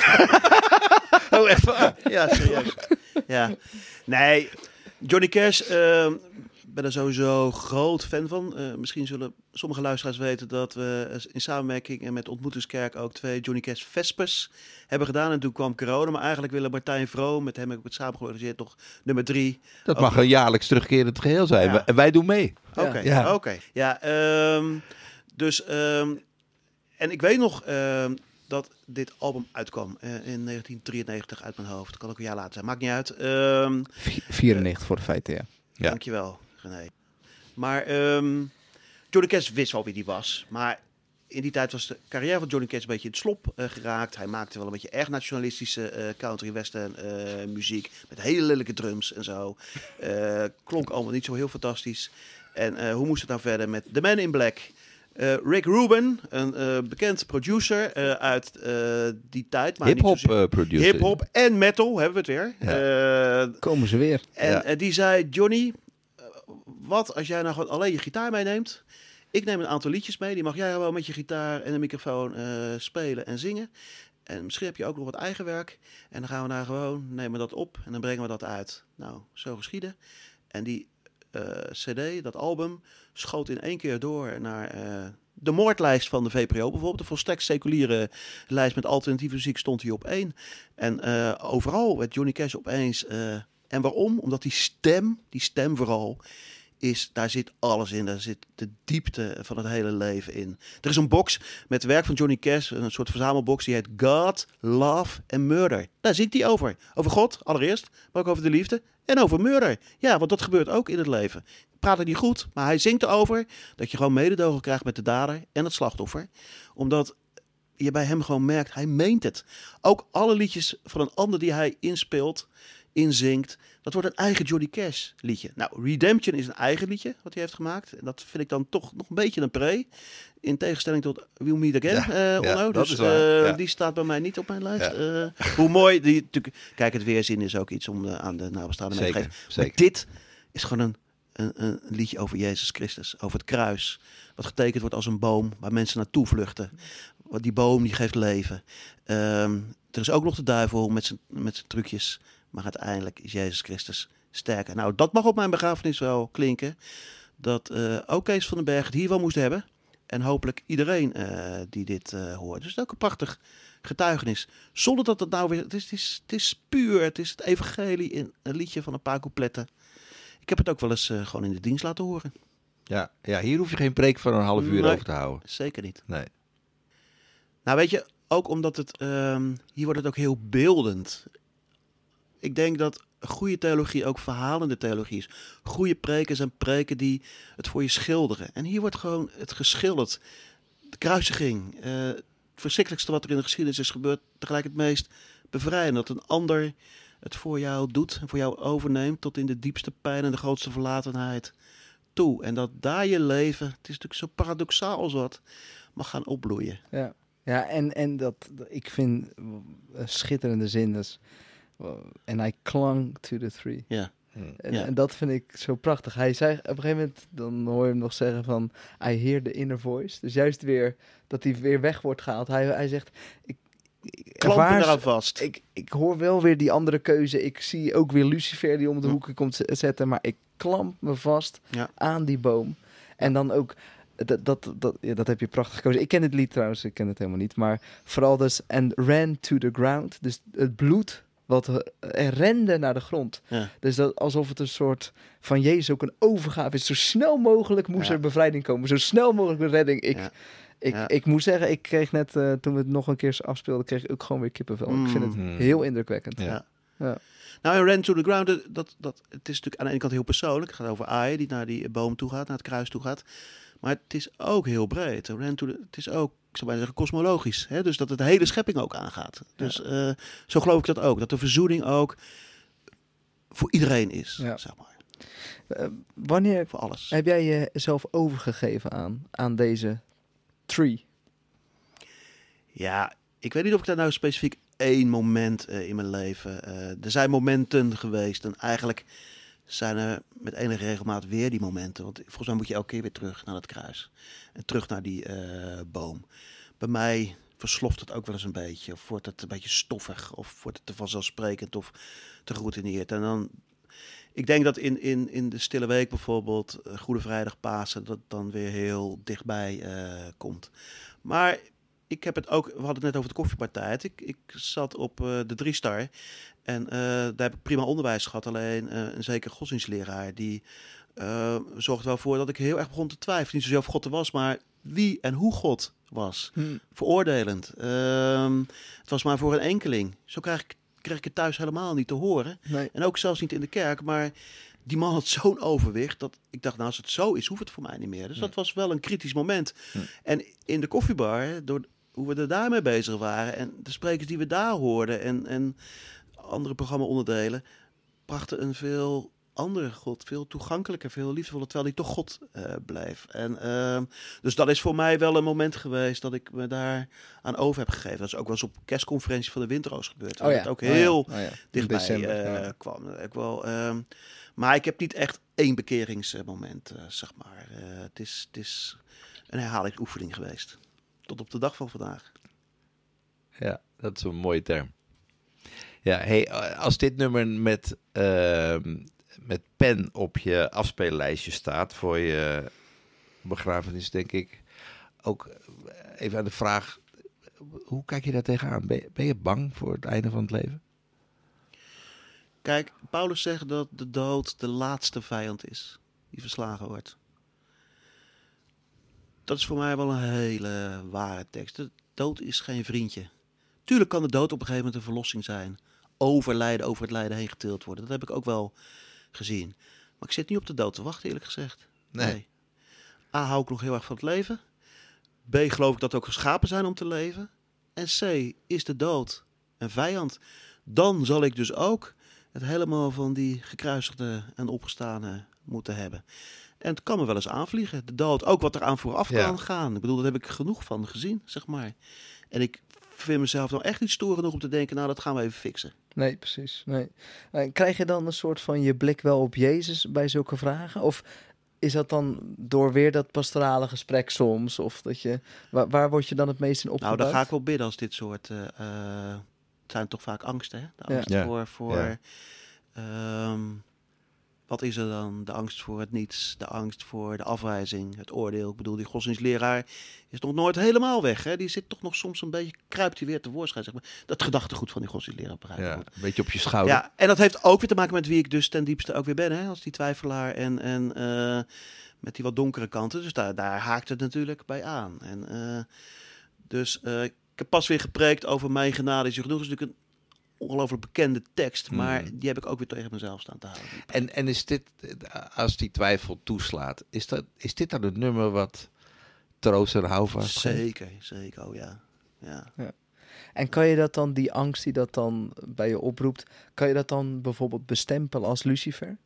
staat. Oh, echt waar? Ja, serieus. Ja. Nee, Johnny Cash, ik uh, ben er sowieso groot fan van. Uh, misschien zullen sommige luisteraars weten dat we in samenwerking met Ontmoetingskerk ook twee Johnny Cash Vespers hebben gedaan. En toen kwam corona, maar eigenlijk willen Martijn Vroom, met hem heb ik het samen georganiseerd, toch nummer drie. Dat mag een jaarlijks terugkerend geheel zijn. Ja. En wij doen mee. Oké, okay, ja. oké. Okay. Ja, um, dus, um, en ik weet nog um, dat dit album uitkwam uh, in negentien drieënnegentig uit mijn hoofd. Dat kan ook een jaar later zijn, maakt niet uit. Um, vierennegentig uh, voor de feiten, ja. ja. Dankjewel, René. Maar um, Johnny Cash wist wel wie die was, maar in die tijd was de carrière van Johnny Cash een beetje in het slop uh, geraakt. Hij maakte wel een beetje erg nationalistische uh, country western uh, muziek met hele lelijke drums en zo. Uh, klonk allemaal niet zo heel fantastisch. En uh, hoe moest het nou verder met The Man in Black? Uh, Rick Rubin, een uh, bekend producer uh, uit uh, die tijd. Hip-hop uh, producer. Hip-hop en metal hebben we het weer. Ja. Uh, Komen ze weer. En ja. uh, die zei, Johnny, uh, wat als jij nou gewoon alleen je gitaar meeneemt? Ik neem een aantal liedjes mee. Die mag jij gewoon met je gitaar en een microfoon uh, spelen en zingen. En misschien heb je ook nog wat eigen werk. En dan gaan we daar gewoon, nemen dat op en dan brengen we dat uit. Nou, zo geschieden. En die uh, cd, dat album, schoot in één keer door naar uh, de moordlijst van de V P R O bijvoorbeeld. De volstrekt seculiere lijst met alternatieve muziek stond hij op één. En uh, overal werd Johnny Cash opeens. Uh, en waarom? Omdat die stem, die stem vooral, is, daar zit alles in. Daar zit de diepte van het hele leven in. Er is een box met werk van Johnny Cash, een soort verzamelbox, die heet God, Love and Murder. Daar zingt hij over. Over God, allereerst, maar ook over de liefde en over murder. Ja, want dat gebeurt ook in het leven. Praat het niet goed, maar hij zingt erover dat je gewoon mededogen krijgt met de dader en het slachtoffer. Omdat je bij hem gewoon merkt, hij meent het. Ook alle liedjes van een ander die hij inspeelt, inzingt, dat wordt een eigen Johnny Cash liedje. Nou, Redemption is een eigen liedje wat hij heeft gemaakt. En dat vind ik dan toch nog een beetje een pre. In tegenstelling tot We'll Meet Again, ja, uh, Onno. Ja, dus uh, ja. die staat bij mij niet op mijn lijst. Ja. Uh, hoe mooi, die, natuurlijk, kijk, het weerzin is ook iets om uh, aan de nabestaanden mee te geven. Maar dit is gewoon een, een, een liedje over Jezus Christus, over het kruis. Wat getekend wordt als een boom waar mensen naartoe vluchten. Die boom die geeft leven. Um, er is ook nog de duivel met zijn met zijn trucjes. Maar uiteindelijk is Jezus Christus sterker. Nou, dat mag op mijn begrafenis wel klinken. Dat uh, ook Kees van den Berg het hier wel moest hebben. En hopelijk iedereen uh, die dit uh, hoort. Dus het is ook een prachtig getuigenis. Zonder dat het nou weer... Het is, het is, het is puur. Het is het evangelie in een liedje van een paar coupletten. Ik heb het ook wel eens uh, gewoon in de dienst laten horen. Ja, ja, hier hoef je geen preek van een half uur nee, over te houden. Zeker niet. Nee. Nou, weet je, ook omdat het... Um, hier wordt het ook heel beeldend. Ik denk dat goede theologie ook verhalende theologie is. Goede preken zijn preken die het voor je schilderen. En hier wordt gewoon het geschilderd. De kruisiging. Uh, het verschrikkelijkste wat er in de geschiedenis is gebeurd. Tegelijk het meest bevrijdend. Dat een ander het voor jou doet. En voor jou overneemt. Tot in de diepste pijn en de grootste verlatenheid toe. En dat daar je leven, het is natuurlijk zo paradoxaal als wat, mag gaan opbloeien. Ja, ja en, en dat, ik vind een schitterende zin. Dus, en hij clung to the tree. Ja. En, ja. en dat vind ik zo prachtig. Hij zei op een gegeven moment, dan hoor je hem nog zeggen van, I hear the inner voice. Dus juist weer, dat hij weer weg wordt gehaald. Hij, hij zegt, ik, klampen eraan vast. Ik, ik hoor wel weer die andere keuze. Ik zie ook weer Lucifer die om de hoek komt zetten, maar ik klamp me vast Ja. aan die boom. En dan ook, dat, dat, dat, ja, dat heb je prachtig gekozen. Ik ken het lied trouwens, ik ken het helemaal niet. Maar vooral dus, and ran to the ground. Dus het bloed wat uh, er rende naar de grond. Ja. Dus dat, alsof het een soort van Jezus ook een overgave is. Zo snel mogelijk moest Ja. er bevrijding komen. Zo snel mogelijk de redding. Ik, Ja. ik, Ja. ik moet zeggen, ik kreeg net, uh, toen we het nog een keer afspeelden, kreeg ik ook gewoon weer kippenvel. Mm. Ik vind het Mm. heel indrukwekkend. Ja. Ja. Ja. Nou, en Ran to the Ground, dat, dat, dat, het is natuurlijk aan de ene kant heel persoonlijk. Het gaat over Ai, die naar die boom toe gaat, naar het kruis toe gaat. Maar het is ook heel breed. Ran to the, het is ook, ik zou bijna zeggen, kosmologisch. Hè? Dus dat het de hele schepping ook aangaat. Dus uh, zo geloof ik dat ook. Dat de verzoening ook voor iedereen is, Ja. zeg maar. Uh, wanneer Voor alles. heb jij jezelf overgegeven aan, aan deze tree? Ja, ik weet niet of ik daar nou specifiek één moment uh, in mijn leven... Uh, er zijn momenten geweest en eigenlijk zijn er met enige regelmaat weer die momenten. Want volgens mij moet je elke keer weer terug naar het kruis. En terug naar die uh, boom. Bij mij versloft het ook wel eens een beetje. Of wordt het een beetje stoffig. Of wordt het te vanzelfsprekend of te geroutineerd. En dan... Ik denk dat in, in, in de Stille Week bijvoorbeeld, uh, Goede Vrijdag, Pasen, dat dan weer heel dichtbij uh, komt. Maar ik heb het ook, we hadden het net over de koffiepartij. Ik, ik zat op uh, de drie star en uh, daar heb ik prima onderwijs gehad. Alleen uh, een zeker godsdienstleraar die uh, zorgde wel voor dat ik heel erg begon te twijfelen. Niet zozeer of God er was, maar wie en hoe God was. Hm. Veroordelend. Uh, het was maar voor een enkeling. Zo krijg ik kreeg ik het thuis helemaal niet te horen. Nee. En ook zelfs niet in de kerk. Maar die man had zo'n overwicht dat ik dacht, nou als het zo is, hoeft het voor mij niet meer. Dus dat was wel een kritisch moment. Hm. En in de koffiebar, door hoe we er daarmee bezig waren en de sprekers die we daar hoorden en, en andere programma-onderdelen, brachten een veel andere God, veel toegankelijker, veel liefdevoller, terwijl die toch God uh, bleef. En, uh, dus dat is voor mij wel een moment geweest dat ik me daar aan over heb gegeven. Dat is ook wel eens op kerstconferentie van de Winterroos gebeurd. Oh ja. Dat ook Oh ja. heel Oh ja. dichtbij december, uh, ja. kwam. Ik wel, uh, maar ik heb niet echt één bekeringsmoment, uh, zeg maar. Uh, het, is, het is een herhalingsoefening geweest. Tot op de dag van vandaag. Ja, dat is een mooie term. Ja, hey, als dit nummer met, uh, met pen op je afspeellijstje staat voor je begrafenis, denk ik ook even aan de vraag, hoe kijk je daar tegenaan? Ben je, ben je bang voor het einde van het leven? Kijk, Paulus zegt dat de dood de laatste vijand is die verslagen wordt. Dat is voor mij wel een hele ware tekst. De dood is geen vriendje. Tuurlijk kan de dood op een gegeven moment een verlossing zijn. Overlijden, over het lijden heen getild worden. Dat heb ik ook wel gezien. Maar ik zit niet op de dood te wachten, eerlijk gezegd. Nee. nee. A, hou ik nog heel erg van het leven. B, geloof ik dat we ook geschapen zijn om te leven. En C, is de dood een vijand. Dan zal ik dus ook het helemaal van die gekruisigde en opgestane moeten hebben. En het kan me wel eens aanvliegen. De dood, ook wat er aan vooraf Ja. kan gaan. Ik bedoel, daar heb ik genoeg van gezien, zeg maar. En ik vind mezelf nou echt niet stoer genoeg om te denken, nou, dat gaan we even fixen. Nee, precies. Nee. Uh, krijg je dan een soort van je blik wel op Jezus bij zulke vragen? Of is dat dan door weer dat pastorale gesprek soms? Of dat je, waar, waar word je dan het meest in Nou, opgebouwd? dan ga ik wel bidden als dit soort... Uh, uh, het zijn toch vaak angsten, hè? De Ja. angst Ja. voor... voor Ja. um, wat is er dan? De angst voor het niets, de angst voor de afwijzing, het oordeel. Ik bedoel, die godsdienstleraar is nog nooit helemaal weg. Hè? Die zit toch nog soms een beetje, kruipt hij weer tevoorschijn. Zeg maar. Dat gedachtegoed van die godsdienstleraar begrijp ik Ja, goed. een beetje op je schouder. Ja, en dat heeft ook weer te maken met wie ik dus ten diepste ook weer ben. Hè? Als die twijfelaar en, en uh, met die wat donkere kanten. Dus daar, daar haakt het natuurlijk bij aan. En, uh, dus uh, ik heb pas weer gepreekt over mijn genade is je genoeg. Dat is natuurlijk een ongelooflijk bekende tekst, maar Mm. die heb ik ook weer tegen mezelf staan te houden. En, en is dit, als die twijfel toeslaat, is, dat, is dit dan het nummer wat troost en houvast geeft? Zeker, zeker, oh ja. ja. En kan je dat dan, die angst die dat dan bij je oproept, kan je dat dan bijvoorbeeld bestempelen als Lucifer?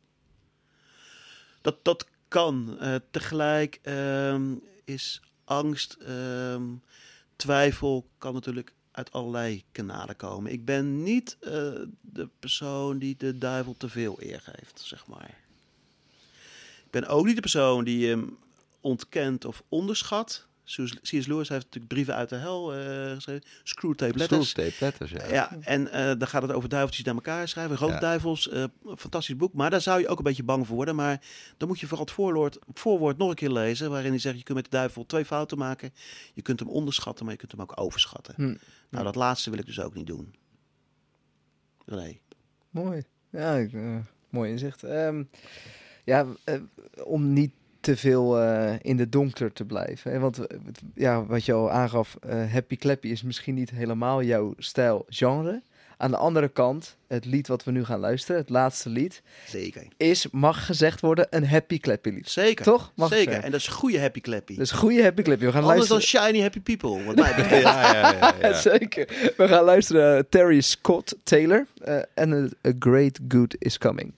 Dat, dat kan. Uh, tegelijk um, is angst, um, twijfel kan natuurlijk uit allerlei kanalen komen. Ik ben niet uh, de persoon die de duivel te veel eer geeft, zeg maar. Ik ben ook niet de persoon die hem ontkent of onderschat. C S. Lewis heeft natuurlijk Brieven uit de Hel uh, geschreven. Screwtape Letters. Screwtape Letters, ja. Ja, en uh, daar gaat het over duiveltjes die naar elkaar schrijven. Roofduivels, ja. uh, fantastisch boek. Maar daar zou je ook een beetje bang voor worden. Maar dan moet je vooral het voorwoord, voorwoord nog een keer lezen. Waarin hij zegt, je kunt met de duivel twee fouten maken. Je kunt hem onderschatten, maar je kunt hem ook overschatten. Hm. Nou, dat laatste wil ik dus ook niet doen. Nee. Mooi. Ja, ik, uh, mooi inzicht. Um, ja, uh, om niet te veel uh, in de donker te blijven. Hè? Want uh, ja, wat je al aangaf, uh, Happy Clappy is misschien niet helemaal jouw stijl genre. Aan de andere kant, het lied wat we nu gaan luisteren, het laatste lied, zeker, is, mag gezegd worden, een Happy Clappy lied. Zeker. Toch? Mag zeker. En dat is goede Happy Clappy. Dat is goede Happy Clappy. We gaan Anders luisteren... dan Shiny Happy People. Wat mij betreft. ja, ja, ja, ja. Zeker. We gaan luisteren naar Terry Scott Taylor en uh, A Great Good Is Coming.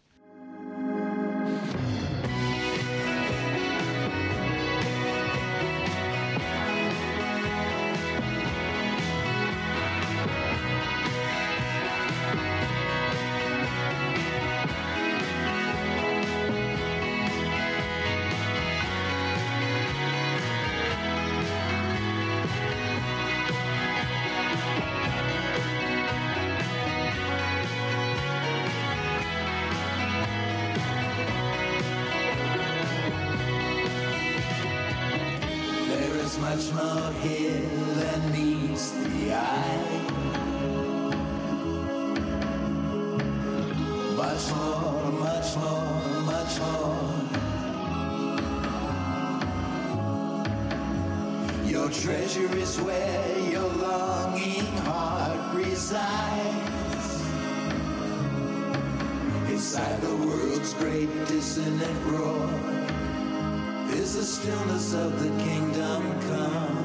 Much more here than meets the eye. Much more, much more, much more. Your treasure is where your longing heart resides. Inside the world's great dissonant roar is the stillness of the kingdom come.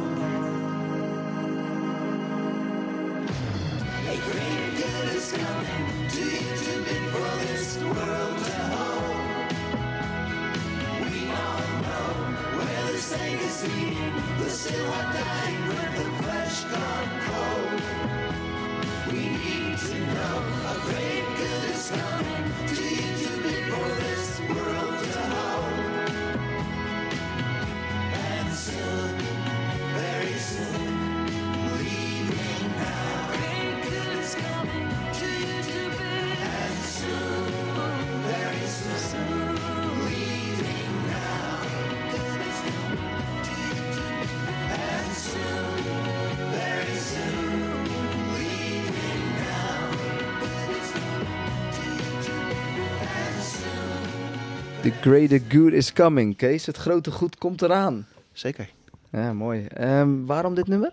A great good is coming to you to bid for this world to hold. We all know where the stake is leading, the still are dying with the flesh gone cold. We need to know a great good is coming to you to bid for this world to hold. Soon, very soon, leaving now. Great good is coming to you to bid. And soon, very soon, leaving now. Good is coming to you to bid. And soon, very soon, leaving now. Good is coming to you to bid. And soon. The greater good is coming, Kees. Het grote goed komt eraan. Zeker. Ja, mooi. Um, waarom dit nummer?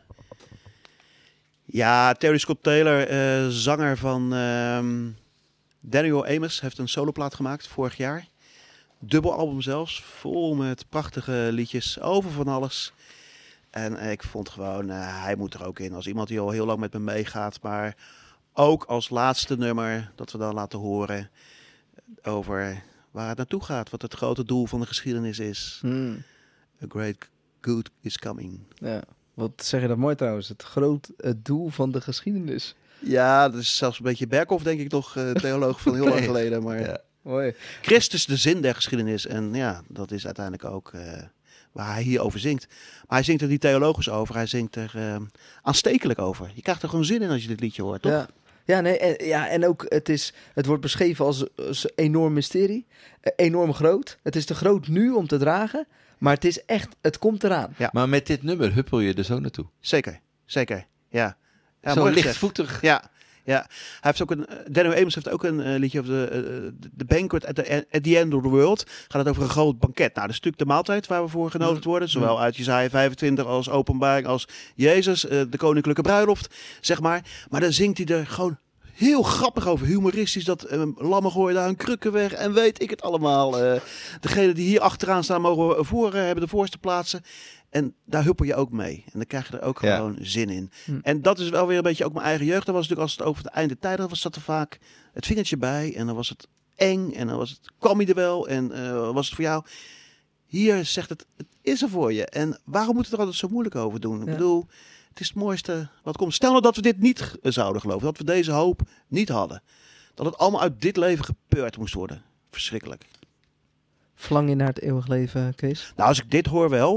Ja, Terry Scott Taylor, uh, zanger van um, Daniel Amos, heeft een soloplaat gemaakt vorig jaar. Dubbelalbum zelfs, vol met prachtige liedjes over van alles. En uh, ik vond gewoon, uh, hij moet er ook in. Als iemand die al heel lang met me meegaat, maar ook als laatste nummer dat we dan laten horen over waar het naartoe gaat. Wat het grote doel van de geschiedenis is. Hmm. A great good is coming. Ja, wat zeg je dat mooi trouwens. Het groot het doel van de geschiedenis. Ja, dat is zelfs een beetje Berkhoff, denk ik nog, uh, theoloog van heel lang geleden. Maar ja, mooi. Christus de zin der geschiedenis. En ja, dat is uiteindelijk ook uh, waar hij hier over zingt. Maar hij zingt er niet theologisch over. Hij zingt er uh, aanstekelijk over. Je krijgt er gewoon zin in als je dit liedje hoort, toch? Ja. Ja, nee, en, ja, en ook het, is, het wordt beschreven als, als enorm mysterie. Uh, enorm groot. Het is te groot nu om te dragen. Maar het is echt, het komt eraan. Ja. Maar met dit nummer huppel je er zo naartoe. Zeker, zeker, ja. ja zo lichtvoetig. Ja, ja. Hij heeft ook een, Daniel Amos heeft ook een uh, liedje over de uh, de banquet at the, at the end of the world. Gaat het over een groot banket. Nou, dat is natuurlijk de maaltijd waar we voor genodigd worden. Zowel uit Jesaja vijfentwintig als openbaring als Jezus, uh, de koninklijke bruiloft, zeg maar. Maar dan zingt hij er gewoon heel grappig over, humoristisch, dat uh, lammen gooien daar hun krukken weg en weet ik het allemaal. Uh, degene die hier achteraan staan mogen voor uh, hebben de voorste plaatsen. En daar huppel je ook mee. En dan krijg je er ook ja. gewoon zin in. Hm. En dat is wel weer een beetje ook mijn eigen jeugd. Dat was natuurlijk als het over het einde tijden was, zat er vaak het vingertje bij. En dan was het eng. En dan was het, kwam je er wel. En uh, was het voor jou. Hier zegt het, het is er voor je. En waarom moet het er altijd zo moeilijk over doen? Ik ja. bedoel, het is het mooiste wat komt. Stel nou dat we dit niet zouden geloven. Dat we deze hoop niet hadden. Dat het allemaal uit dit leven gepeurd moest worden. Verschrikkelijk. Verlang je naar het eeuwig leven, Kees? Nou, als ik dit hoor wel.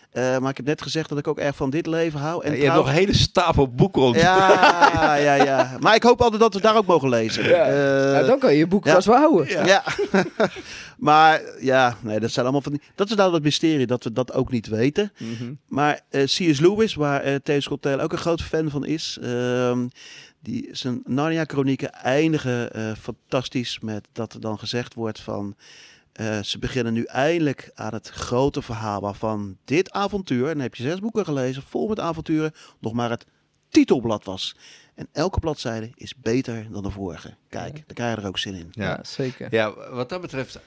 Uh, maar ik heb net gezegd dat ik ook erg van dit leven hou. En ja, je trouw... hebt nog een hele stapel boeken rond. Ja, ja, ja. Maar ik hoop altijd dat we daar ook mogen lezen. Ja. Uh, ja, dan kan je je boekenkast ja. wel houden. Ja. ja. Maar ja, nee, dat zijn allemaal van die... Dat is nou het mysterie, dat we dat ook niet weten. Mm-hmm. Maar uh, C S. Lewis, waar uh, T. Scott Taylor ook een groot fan van is... Uh, die zijn Narnia-chronieken eindigen uh, fantastisch met dat er dan gezegd wordt van... Uh, ze beginnen nu eindelijk aan het grote verhaal waarvan dit avontuur... en dan heb je zes boeken gelezen, vol met avonturen, nog maar het titelblad was. En elke bladzijde is beter dan de vorige. Kijk, ja. Daar krijg je er ook zin in. Ja, ja zeker. Ja, wat dat betreft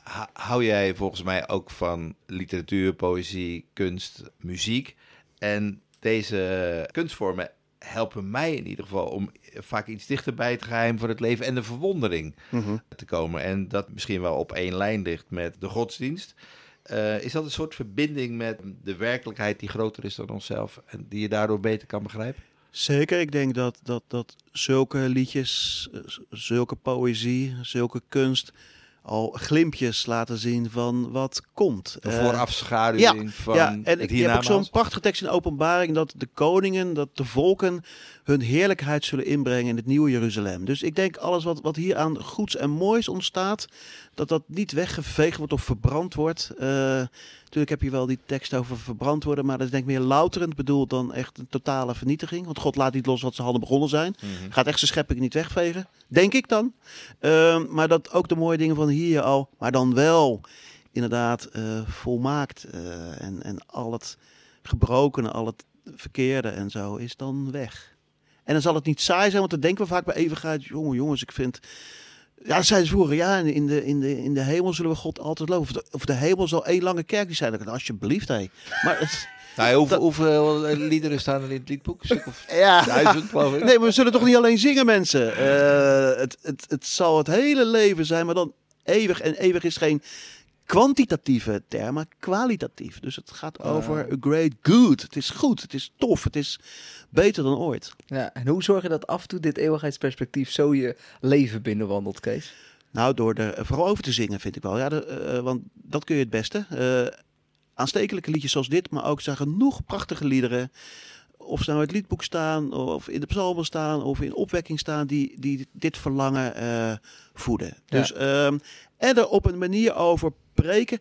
hou jij volgens mij ook van literatuur, poëzie, kunst, muziek. En deze kunstvormen helpen mij in ieder geval om vaak iets dichter bij het geheim van het leven en de verwondering mm-hmm. te komen. En dat misschien wel op één lijn ligt met de godsdienst. Uh, is dat een soort verbinding met de werkelijkheid die groter is dan onszelf en die je daardoor beter kan begrijpen? Zeker, ik denk dat, dat, dat zulke liedjes, zulke poëzie, zulke kunst al glimpjes laten zien van wat komt. Een voorafschaduwing ja, van ja, en het ik heb ook zo'n prachtige tekst in Openbaring dat de koningen, dat de volken hun heerlijkheid zullen inbrengen in het nieuwe Jeruzalem. Dus ik denk alles wat, wat hier aan goeds en moois ontstaat, dat dat niet weggeveegd wordt of verbrand wordt. Uh, natuurlijk heb je wel die tekst over verbrand worden, maar dat is denk ik meer louterend bedoeld dan echt een totale vernietiging. Want God laat niet los wat ze hadden begonnen zijn. Mm-hmm. Gaat echt zijn schepping niet wegvegen, denk ik dan. Uh, maar dat ook de mooie dingen van hier al, maar dan wel inderdaad uh, volmaakt. Uh, en, en al het gebrokene, al het verkeerde en zo is dan weg. En dan zal het niet saai zijn, want dan denken we vaak bij eeuwigheid, jongen, jongens, ik vind... Ja, dat zeiden ze vroeger, ja, in de, in, de, in de hemel zullen we God altijd loven. Of de, of de hemel zal één lange kerk zijn. Dan, alsjeblieft, hé. Maar het, nou, hoeveel, dat, hoeveel liederen staan er in het liedboek? Of ja. Duizend, geloof ik. Nee, maar we zullen toch niet alleen zingen, mensen. Uh, het, het, het zal het hele leven zijn, maar dan eeuwig. En eeuwig is geen kwantitatieve term, maar kwalitatief. Dus het gaat uh. over a great good. Het is goed, het is tof, het is beter dan ooit. Ja, en hoe zorg je dat af en toe dit eeuwigheidsperspectief zo je leven binnenwandelt, Kees? Nou, door er vooral over te zingen, vind ik wel. Ja, de, uh, want dat kun je het beste. Uh, aanstekelijke liedjes zoals dit, maar ook zijn genoeg prachtige liederen. Of ze nou in het liedboek staan, of in de psalmen staan, of in opwekking staan, die, die dit verlangen uh, voeden. Ja. Dus, um, en er op een manier over preken.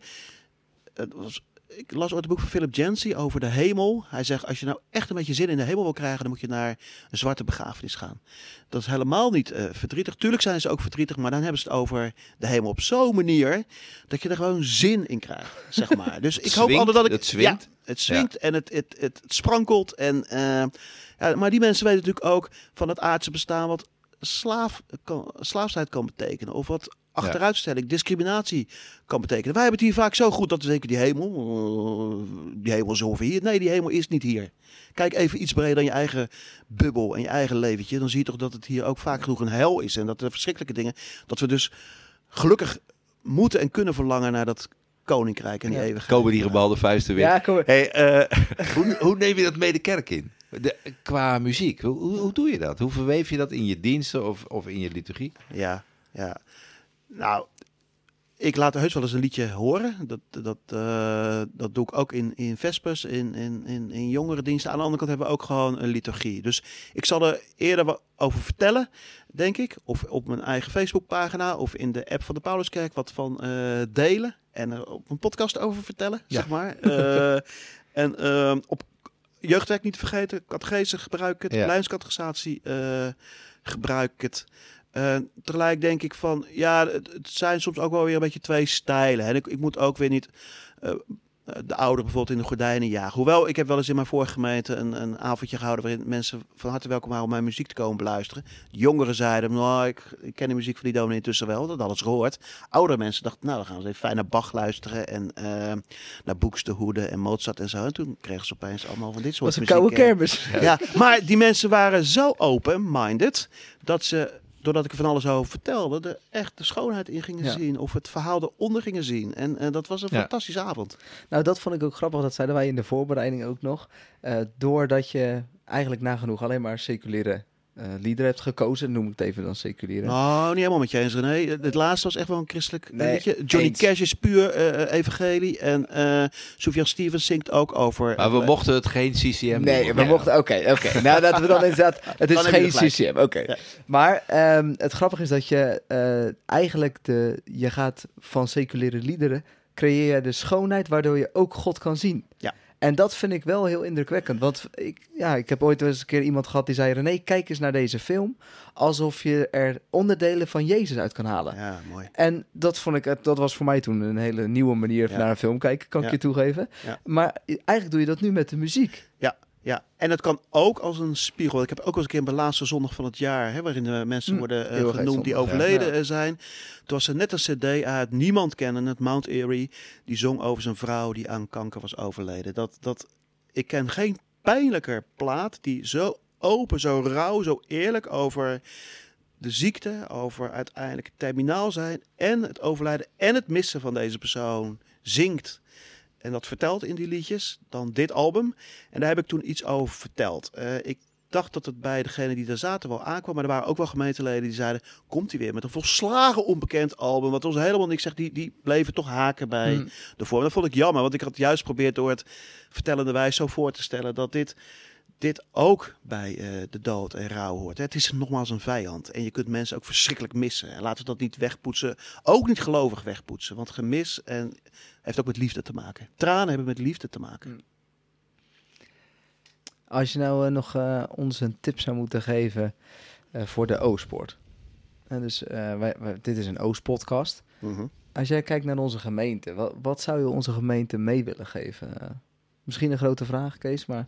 Het was... Ik las ooit een boek van Philip Yancey over de hemel. Hij zegt, als je nou echt een beetje zin in de hemel wil krijgen, dan moet je naar een zwarte begrafenis gaan. Dat is helemaal niet uh, verdrietig. Tuurlijk zijn ze ook verdrietig, maar dan hebben ze het over de hemel op zo'n manier dat je er gewoon zin in krijgt, zeg maar. Dus ik hoop altijd dat ik... Het zwingt. Ja, het zwingt ja. en het, het, het, het sprankelt. En, uh, ja, maar die mensen weten natuurlijk ook van het aardse bestaan wat slaaf, kan, slaafsheid kan betekenen. Of wat achteruitstelling, ja. discriminatie kan betekenen. Wij hebben het hier vaak zo goed dat we denken, die hemel, uh, die hemel is over hier. Nee, die hemel is niet hier. Kijk even iets breder dan je eigen bubbel en je eigen leventje. Dan zie je toch dat het hier ook vaak genoeg een hel is. En dat er verschrikkelijke dingen, dat we dus gelukkig moeten en kunnen verlangen naar dat koninkrijk en die ja. eeuwigheid. Komen die gebalde vuisten weer. Ja, kom hey, uh, hoe, hoe neem je dat mee de kerk in? De, qua muziek, hoe, hoe, hoe doe je dat? Hoe verweef je dat in je diensten of, of in je liturgie? Ja, ja. Nou, ik laat heus wel eens een liedje horen. Dat, dat, uh, dat doe ik ook in, in Vespers, in, in, in, in jongere diensten. Aan de andere kant hebben we ook gewoon een liturgie. Dus ik zal er eerder wat over vertellen, denk ik. Of op mijn eigen Facebookpagina of in de app van de Pauluskerk wat van uh, delen. En er op een podcast over vertellen, ja. zeg maar. Uh, en uh, op jeugdwerk niet vergeten, catechese gebruik ik het, ja. Lijnscatechisatie uh, gebruik ik het. Uh, tegelijk denk ik van, ja, het, het zijn soms ook wel weer een beetje twee stijlen. En ik, ik moet ook weer niet uh, de ouderen bijvoorbeeld in de gordijnen jagen. Hoewel, ik heb wel eens in mijn vorige gemeente een, een avondje gehouden waarin mensen van harte welkom waren om mijn muziek te komen beluisteren. De jongeren zeiden, nou, ik, ik ken de muziek van die dominee intussen wel, dat hadden ze gehoord. Oudere mensen dachten, nou, dan gaan we eens even fijn naar Bach luisteren en uh, naar Buxtehude en Mozart en zo. En toen kregen ze opeens allemaal van dit soort muziek. Dat was een koude kermis. Ja. ja, maar die mensen waren zo open-minded dat ze, doordat ik er van alles over vertelde, er echt de schoonheid in gingen ja. zien. Of het verhaal eronder gingen zien. En uh, dat was een ja. fantastische avond. Nou, dat vond ik ook grappig. Dat zeiden wij in de voorbereiding ook nog. Uh, doordat je eigenlijk nagenoeg alleen maar seculiere uh, liederen hebt gekozen. Noem ik het even dan seculiere. Nou, niet helemaal met je eens, René. Het, het laatste was echt wel een christelijk Nee, liedje. Johnny eens. Cash is puur uh, evangelie. En uh, Sufjan Stevens zingt ook over... Maar we uh, mochten het geen C C M Nee, noemen. we mochten... Oké, oké. Okay. Nou, dat we dan inderdaad... Het is Dan heb je geen gelijk. C C M, oké. Okay. Ja. Maar um, het grappige is dat je uh, eigenlijk de... Je gaat van seculiere liederen... creëer je de schoonheid waardoor je ook God kan zien. Ja. En dat vind ik wel heel indrukwekkend. Want ik, ja, ik heb ooit wel eens een keer iemand gehad die zei... René, kijk eens naar deze film... alsof je er onderdelen van Jezus uit kan halen. Ja, mooi. En dat vond ik, dat was voor mij toen een hele nieuwe manier van Ja. naar een film kijken, kan ik Ja. je toegeven. Ja. Maar eigenlijk doe je dat nu met de muziek. Ja, ja, en het kan ook als een spiegel. Ik heb ook wel eens een keer bij de laatste zondag van het jaar... Hè, waarin de mensen Hm, worden uh, Eeuwigheid genoemd die zondag, ja. overleden Ja. uh, zijn. Toen was er net een cd uit, niemand kennen het, Mount Erie. Die zong over zijn vrouw die aan kanker was overleden. Dat, dat, ik ken geen pijnlijker plaat die zo open, zo rauw, zo eerlijk over de ziekte... over uiteindelijk het terminaal zijn en het overlijden en het missen van deze persoon zingt... En dat vertelt in die liedjes, dan dit album. En daar heb ik toen iets over verteld. Uh, ik dacht dat het bij degene die daar zaten wel aankwam. Maar er waren ook wel gemeenteleden die zeiden... Komt hij weer met een volslagen onbekend album. Wat ons helemaal niks zegt. Die, die bleven toch haken bij Hmm. de vorm. Dat vond ik jammer. Want ik had juist geprobeerd door het vertellende wijs zo voor te stellen... dat dit, dit ook bij uh, de dood en rouw hoort. Het is nogmaals een vijand. En je kunt mensen ook verschrikkelijk missen. En laten we dat niet wegpoetsen. Ook niet gelovig wegpoetsen. Want gemis en... heeft ook met liefde te maken. Tranen hebben met liefde te maken. Als je nou uh, nog uh, ons een tip zou moeten geven uh, voor de O-sport. Uh, dus uh, wij, wij, dit is een O-podcast. Mm-hmm. Als jij kijkt naar onze gemeente, wat, wat zou je onze gemeente mee willen geven? Uh, misschien een grote vraag, Kees, maar...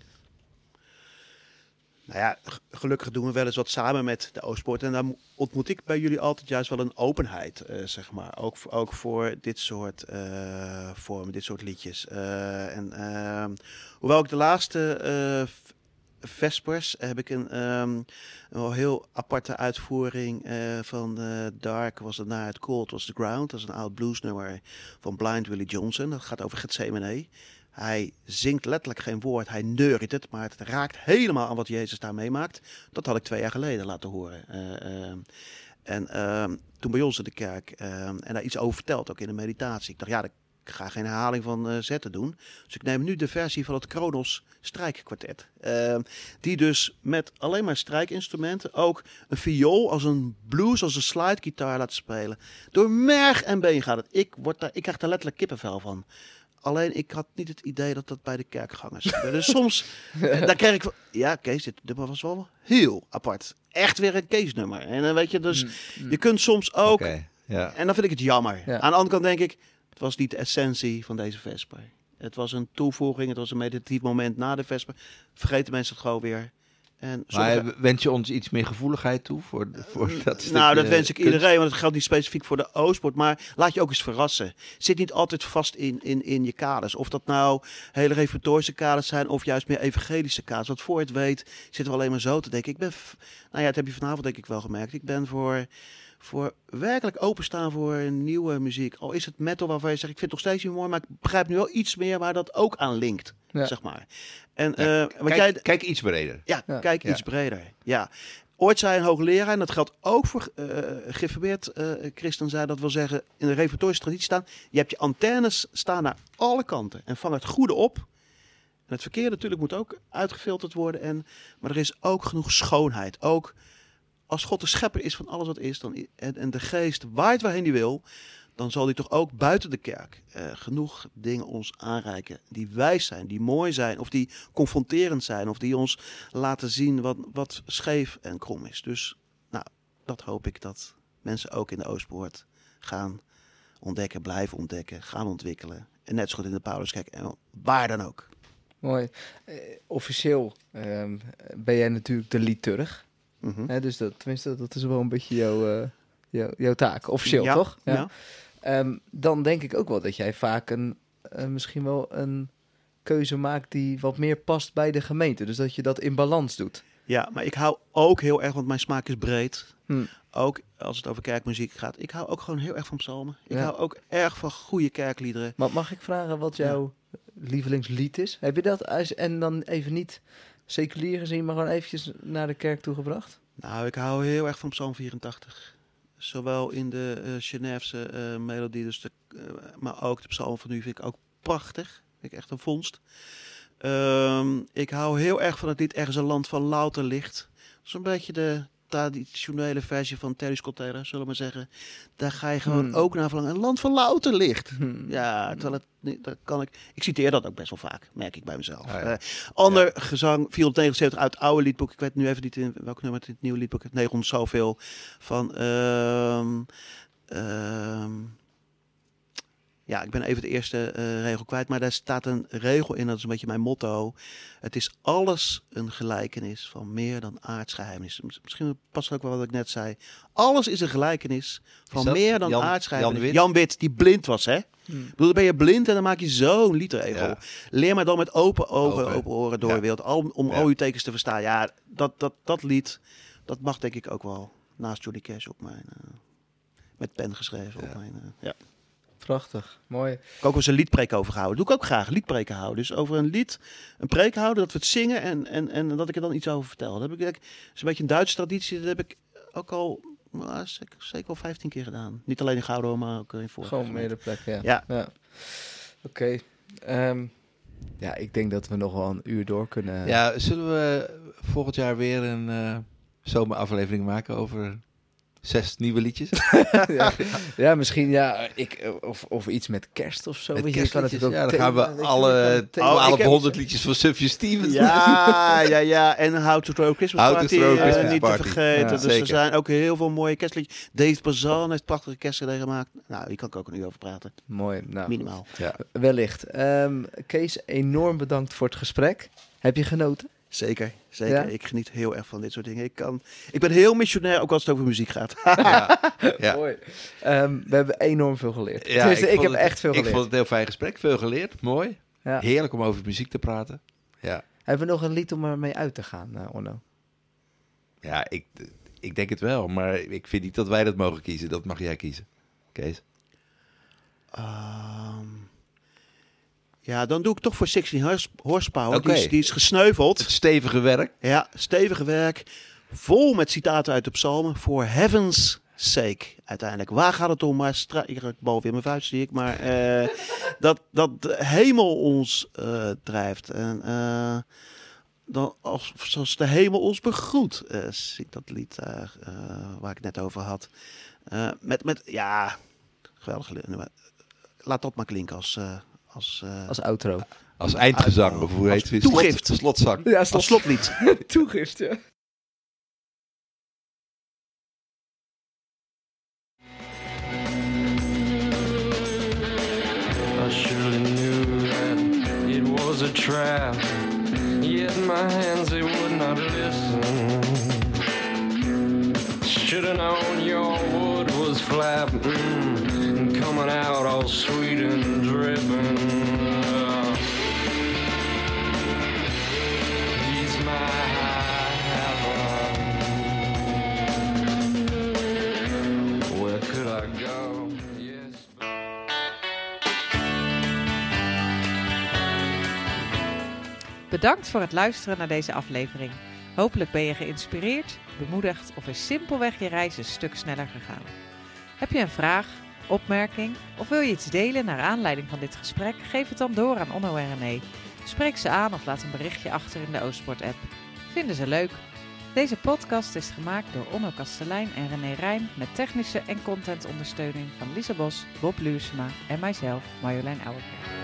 Nou ja, g- gelukkig doen we wel eens wat samen met de O-sport. En dan ontmoet ik bij jullie altijd juist wel een openheid, uh, zeg maar. Ook, voor- ook voor dit soort uh, vormen, dit soort liedjes. Uh, en uh, hoewel ik de laatste uh, v- Vespers heb ik een, um, een wel heel aparte uitvoering uh, van uh, Dark was het Naar het Cold was the Ground. Dat is een oud bluesnummer van Blind Willie Johnson. Dat gaat over Gethsemane. Hij zingt letterlijk geen woord, hij neuriet het, maar het raakt helemaal aan wat Jezus daar meemaakt. Dat had ik twee jaar geleden laten horen. Uh, uh, en uh, toen bij ons in de kerk, uh, en daar iets over verteld, ook in de meditatie. Ik dacht, ja, ik ga geen herhaling van uh, zetten doen. Dus ik neem nu de versie van het Kronos strijkkwartet. Uh, die dus met alleen maar strijkinstrumenten ook een viool als een blues, als een slidegitaar laat spelen. Door merg en been gaat het. Ik, word daar, ik krijg daar letterlijk kippenvel van. Alleen ik had niet het idee dat dat bij de kerkgangers gebeurde. Dus soms, eh, daar kreeg ik... Ja, Kees, dit nummer was wel heel apart. Echt weer een Kees-nummer. En dan weet je, dus je kunt soms ook... Oké, ja. En dan vind ik het jammer. Ja. Aan de andere kant denk ik, het was niet de essentie van deze Vesper. Het was een toevoeging, het was een meditatief moment na de Vesper. Vergeten mensen het gewoon weer. En sommige- Maar wens je ons iets meer gevoeligheid toe voor, voor dat stukje Nou, dat wens ik kunst? iedereen, want het geldt niet specifiek voor de O-sport. Maar laat je ook eens verrassen. Zit niet altijd vast in, in, in je kaders. Of dat nou hele reformatorische kaders zijn of juist meer evangelische kaders. Want voor je het weet zitten we alleen maar zo te denken. Ik ben, f- nou ja, dat heb je vanavond denk ik wel gemerkt. Ik ben voor, voor werkelijk openstaan voor nieuwe muziek. Al is het metal waarvan je zegt, ik vind het nog steeds niet mooi, maar ik begrijp nu wel iets meer waar dat ook aan linkt. Ja. Zeg maar. En Ja, eh, wat Kijk, jij... kijk iets breder. Ja, Ja. kijk Ja. iets breder. Ja. Ooit zei een hoogleraar, en dat geldt ook voor uh, geïnformeerd uh, christen, zei dat wil zeggen, in de reformatorische traditie staan, je hebt je antennes staan naar alle kanten en vangen het goede op. En het verkeerde natuurlijk moet ook uitgefilterd worden, en, maar er is ook genoeg schoonheid. Ook als God de schepper is van alles wat is, dan, i- en, en de geest waait waarheen hij wil, dan zal hij toch ook buiten de kerk uh, genoeg dingen ons aanreiken die wijs zijn, die mooi zijn, of die confronterend zijn, of die ons laten zien wat, wat scheef en krom is. Dus nou, dat hoop ik dat mensen ook in de Oostpoort gaan ontdekken, blijven ontdekken, gaan ontwikkelen. En net zo goed in de Pauluskerk en waar dan ook. Mooi. Eh, officieel ehm, ben jij natuurlijk de liturg. Mhm. Hè, dus dat, tenminste, dat is wel een beetje jouw, eh, jouw, jouw taak. Officieel, Ja, toch? ja. Ehm, dan denk ik ook wel dat jij vaak een, eh, misschien wel een keuze maakt die wat meer past bij de gemeente. Dus dat je dat in balans doet. Ja, maar ik hou ook heel erg, want mijn smaak is breed. Hm. Ook als het over kerkmuziek gaat. Ik hou ook gewoon heel erg van psalmen. Ik Ja. hou ook erg van goede kerkliederen. Maar mag ik vragen wat jouw lievelingslied is? Heb je dat als, en dan even niet seculier gezien, maar gewoon eventjes naar de kerk toe gebracht? Nou, ik hou heel erg van Psalm vierentachtig. Zowel in de uh, Geneefse uh, melodie, dus de, uh, maar ook de psalm van nu vind ik ook prachtig. Vind ik echt een vondst. Um, ik hou heel erg van het lied Ergens een land van louter licht. Dat is een beetje de traditionele versie van Terry Scott Taylor, zullen we maar zeggen. Daar ga je gewoon Hmm. ook naar verlangen. Een land van louter licht. Hmm. Ja, terwijl het niet, dat kan ik. Ik citeer dat ook best wel vaak, merk ik bij mezelf. Ah, ja. Uh, ander gezang, vierhonderdnegenenzeventig uit het oude liedboek. Ik weet nu even niet in welk nummer het in het nieuwe liedboek. Het negenhonderd zoveel van. Um, um, ja, ik ben even de eerste uh, regel kwijt, maar daar staat een regel in. Dat is een beetje mijn motto. Het is alles een gelijkenis van meer dan aardsgeheimenis. Misschien past ook wel wat ik net zei. Alles is een gelijkenis van Is dat meer dan Jan- aardsgeheimenis. Jan Wit? Jan Wit, die blind was, hè? Hmm. Ik bedoel, dan ben je blind en dan maak je zo'n liedregel. Ja. Leer maar dan met open ogen, Open. open oren door de Ja. wereld. Al, om Ja. al je tekens te verstaan. Ja, dat, dat, dat lied, dat mag denk ik ook wel naast Johnny Cash op mijn... Uh, met pen geschreven Ja. op mijn... Uh, ja. Prachtig, mooi. Ik heb ook wel eens een liedpreek over gehouden. Doe ik ook graag, liedpreken houden. Dus over een lied, een preek houden, dat we het zingen en, en, en dat ik er dan iets over vertel. Dat heb ik, dat is een beetje een Duitse traditie. Dat heb ik ook al, nou, zeker, zeker al vijftien keer gedaan. Niet alleen in Gouda, maar ook in vorige Gewoon gemeenten. meerdere plekken, Ja. ja. ja. Oké. Okay. Um, ja, ik denk dat we nog wel een uur door kunnen. Ja, zullen we volgend jaar weer een uh, zomeraflevering maken over zes nieuwe liedjes? ja. ja, misschien ja, ik, of, of iets met kerst of zo. Met Weet je, je kan natuurlijk ook ja, dan gaan thema- we weet je, alle je kan thema- twaalfhonderd liedjes van Sufjan Stevens. Ja, ja, ja. En How to Throw Christmas How to Party, Throw uh, Christmas niet Party. te vergeten. Ja, dus zeker. er zijn ook heel veel mooie kerstliedjes. Dave Bazan heeft prachtige kerstliederen gemaakt. Nou, die kan ik ook een uur over praten. Mooi, nou, Minimaal. Ja. wellicht. Um, Kees, enorm bedankt voor het gesprek. Heb je genoten? Zeker, zeker. Ja? Ik geniet heel erg van dit soort dingen. Ik, kan, ik ben heel missionair, ook als het over muziek gaat. Ja. Ja. Mooi. Um, we hebben enorm veel geleerd. Ja, Tenminste, ik, vond heb het- echt veel Ik geleerd. vond het een heel fijn gesprek, veel geleerd, mooi. Ja. Heerlijk om over muziek te praten. Ja, Hebben we nog een lied om ermee uit te gaan, uh, Onno? ja ik, ik denk het wel, maar ik vind niet dat wij dat mogen kiezen. Dat mag jij kiezen, Kees. Um, ja, dan doe ik toch voor zestien horsepower. Oké. Die, is, die is gesneuveld. Het stevige werk. Ja, stevige werk. Vol met citaten uit de psalmen. For heaven's sake. Uiteindelijk. Waar gaat het om? Maar stra- ik raak bal weer mijn vuist, zie ik. Maar uh, dat, dat de hemel ons uh, drijft. En uh, dan als, zoals de hemel ons begroet. Uh, zie ik dat lied uh, uh, waar ik het net over had. Uh, met, met, ja, geweldig. Laat dat maar klinken als... Uh, als, uh, Als outro. Als eindgezang, of hoe heet het? toegift. Slot, slotzang. Ja, als slotlied. Toegift, ja. I surely knew that it was a trap, yet my hands they would not listen. Should've known your wood was flap, mm, and coming out all sweet and dripping. Uh, he's my heaven. Where could I go? Yes. Bedankt voor het luisteren naar deze aflevering. Hopelijk ben je geïnspireerd, bemoedigd of is simpelweg je reis een stuk sneller gegaan. Heb je een vraag, opmerking of wil je iets delen naar aanleiding van dit gesprek? Geef het dan door aan Onno en René. Spreek ze aan of laat een berichtje achter in de Oostport-app. Vinden ze leuk? Deze podcast is gemaakt door Onno Kastelein en René Rijn met technische en contentondersteuning van Lisa Bos, Bob Luursema en mijzelf, Marjolein Ouwerkerk.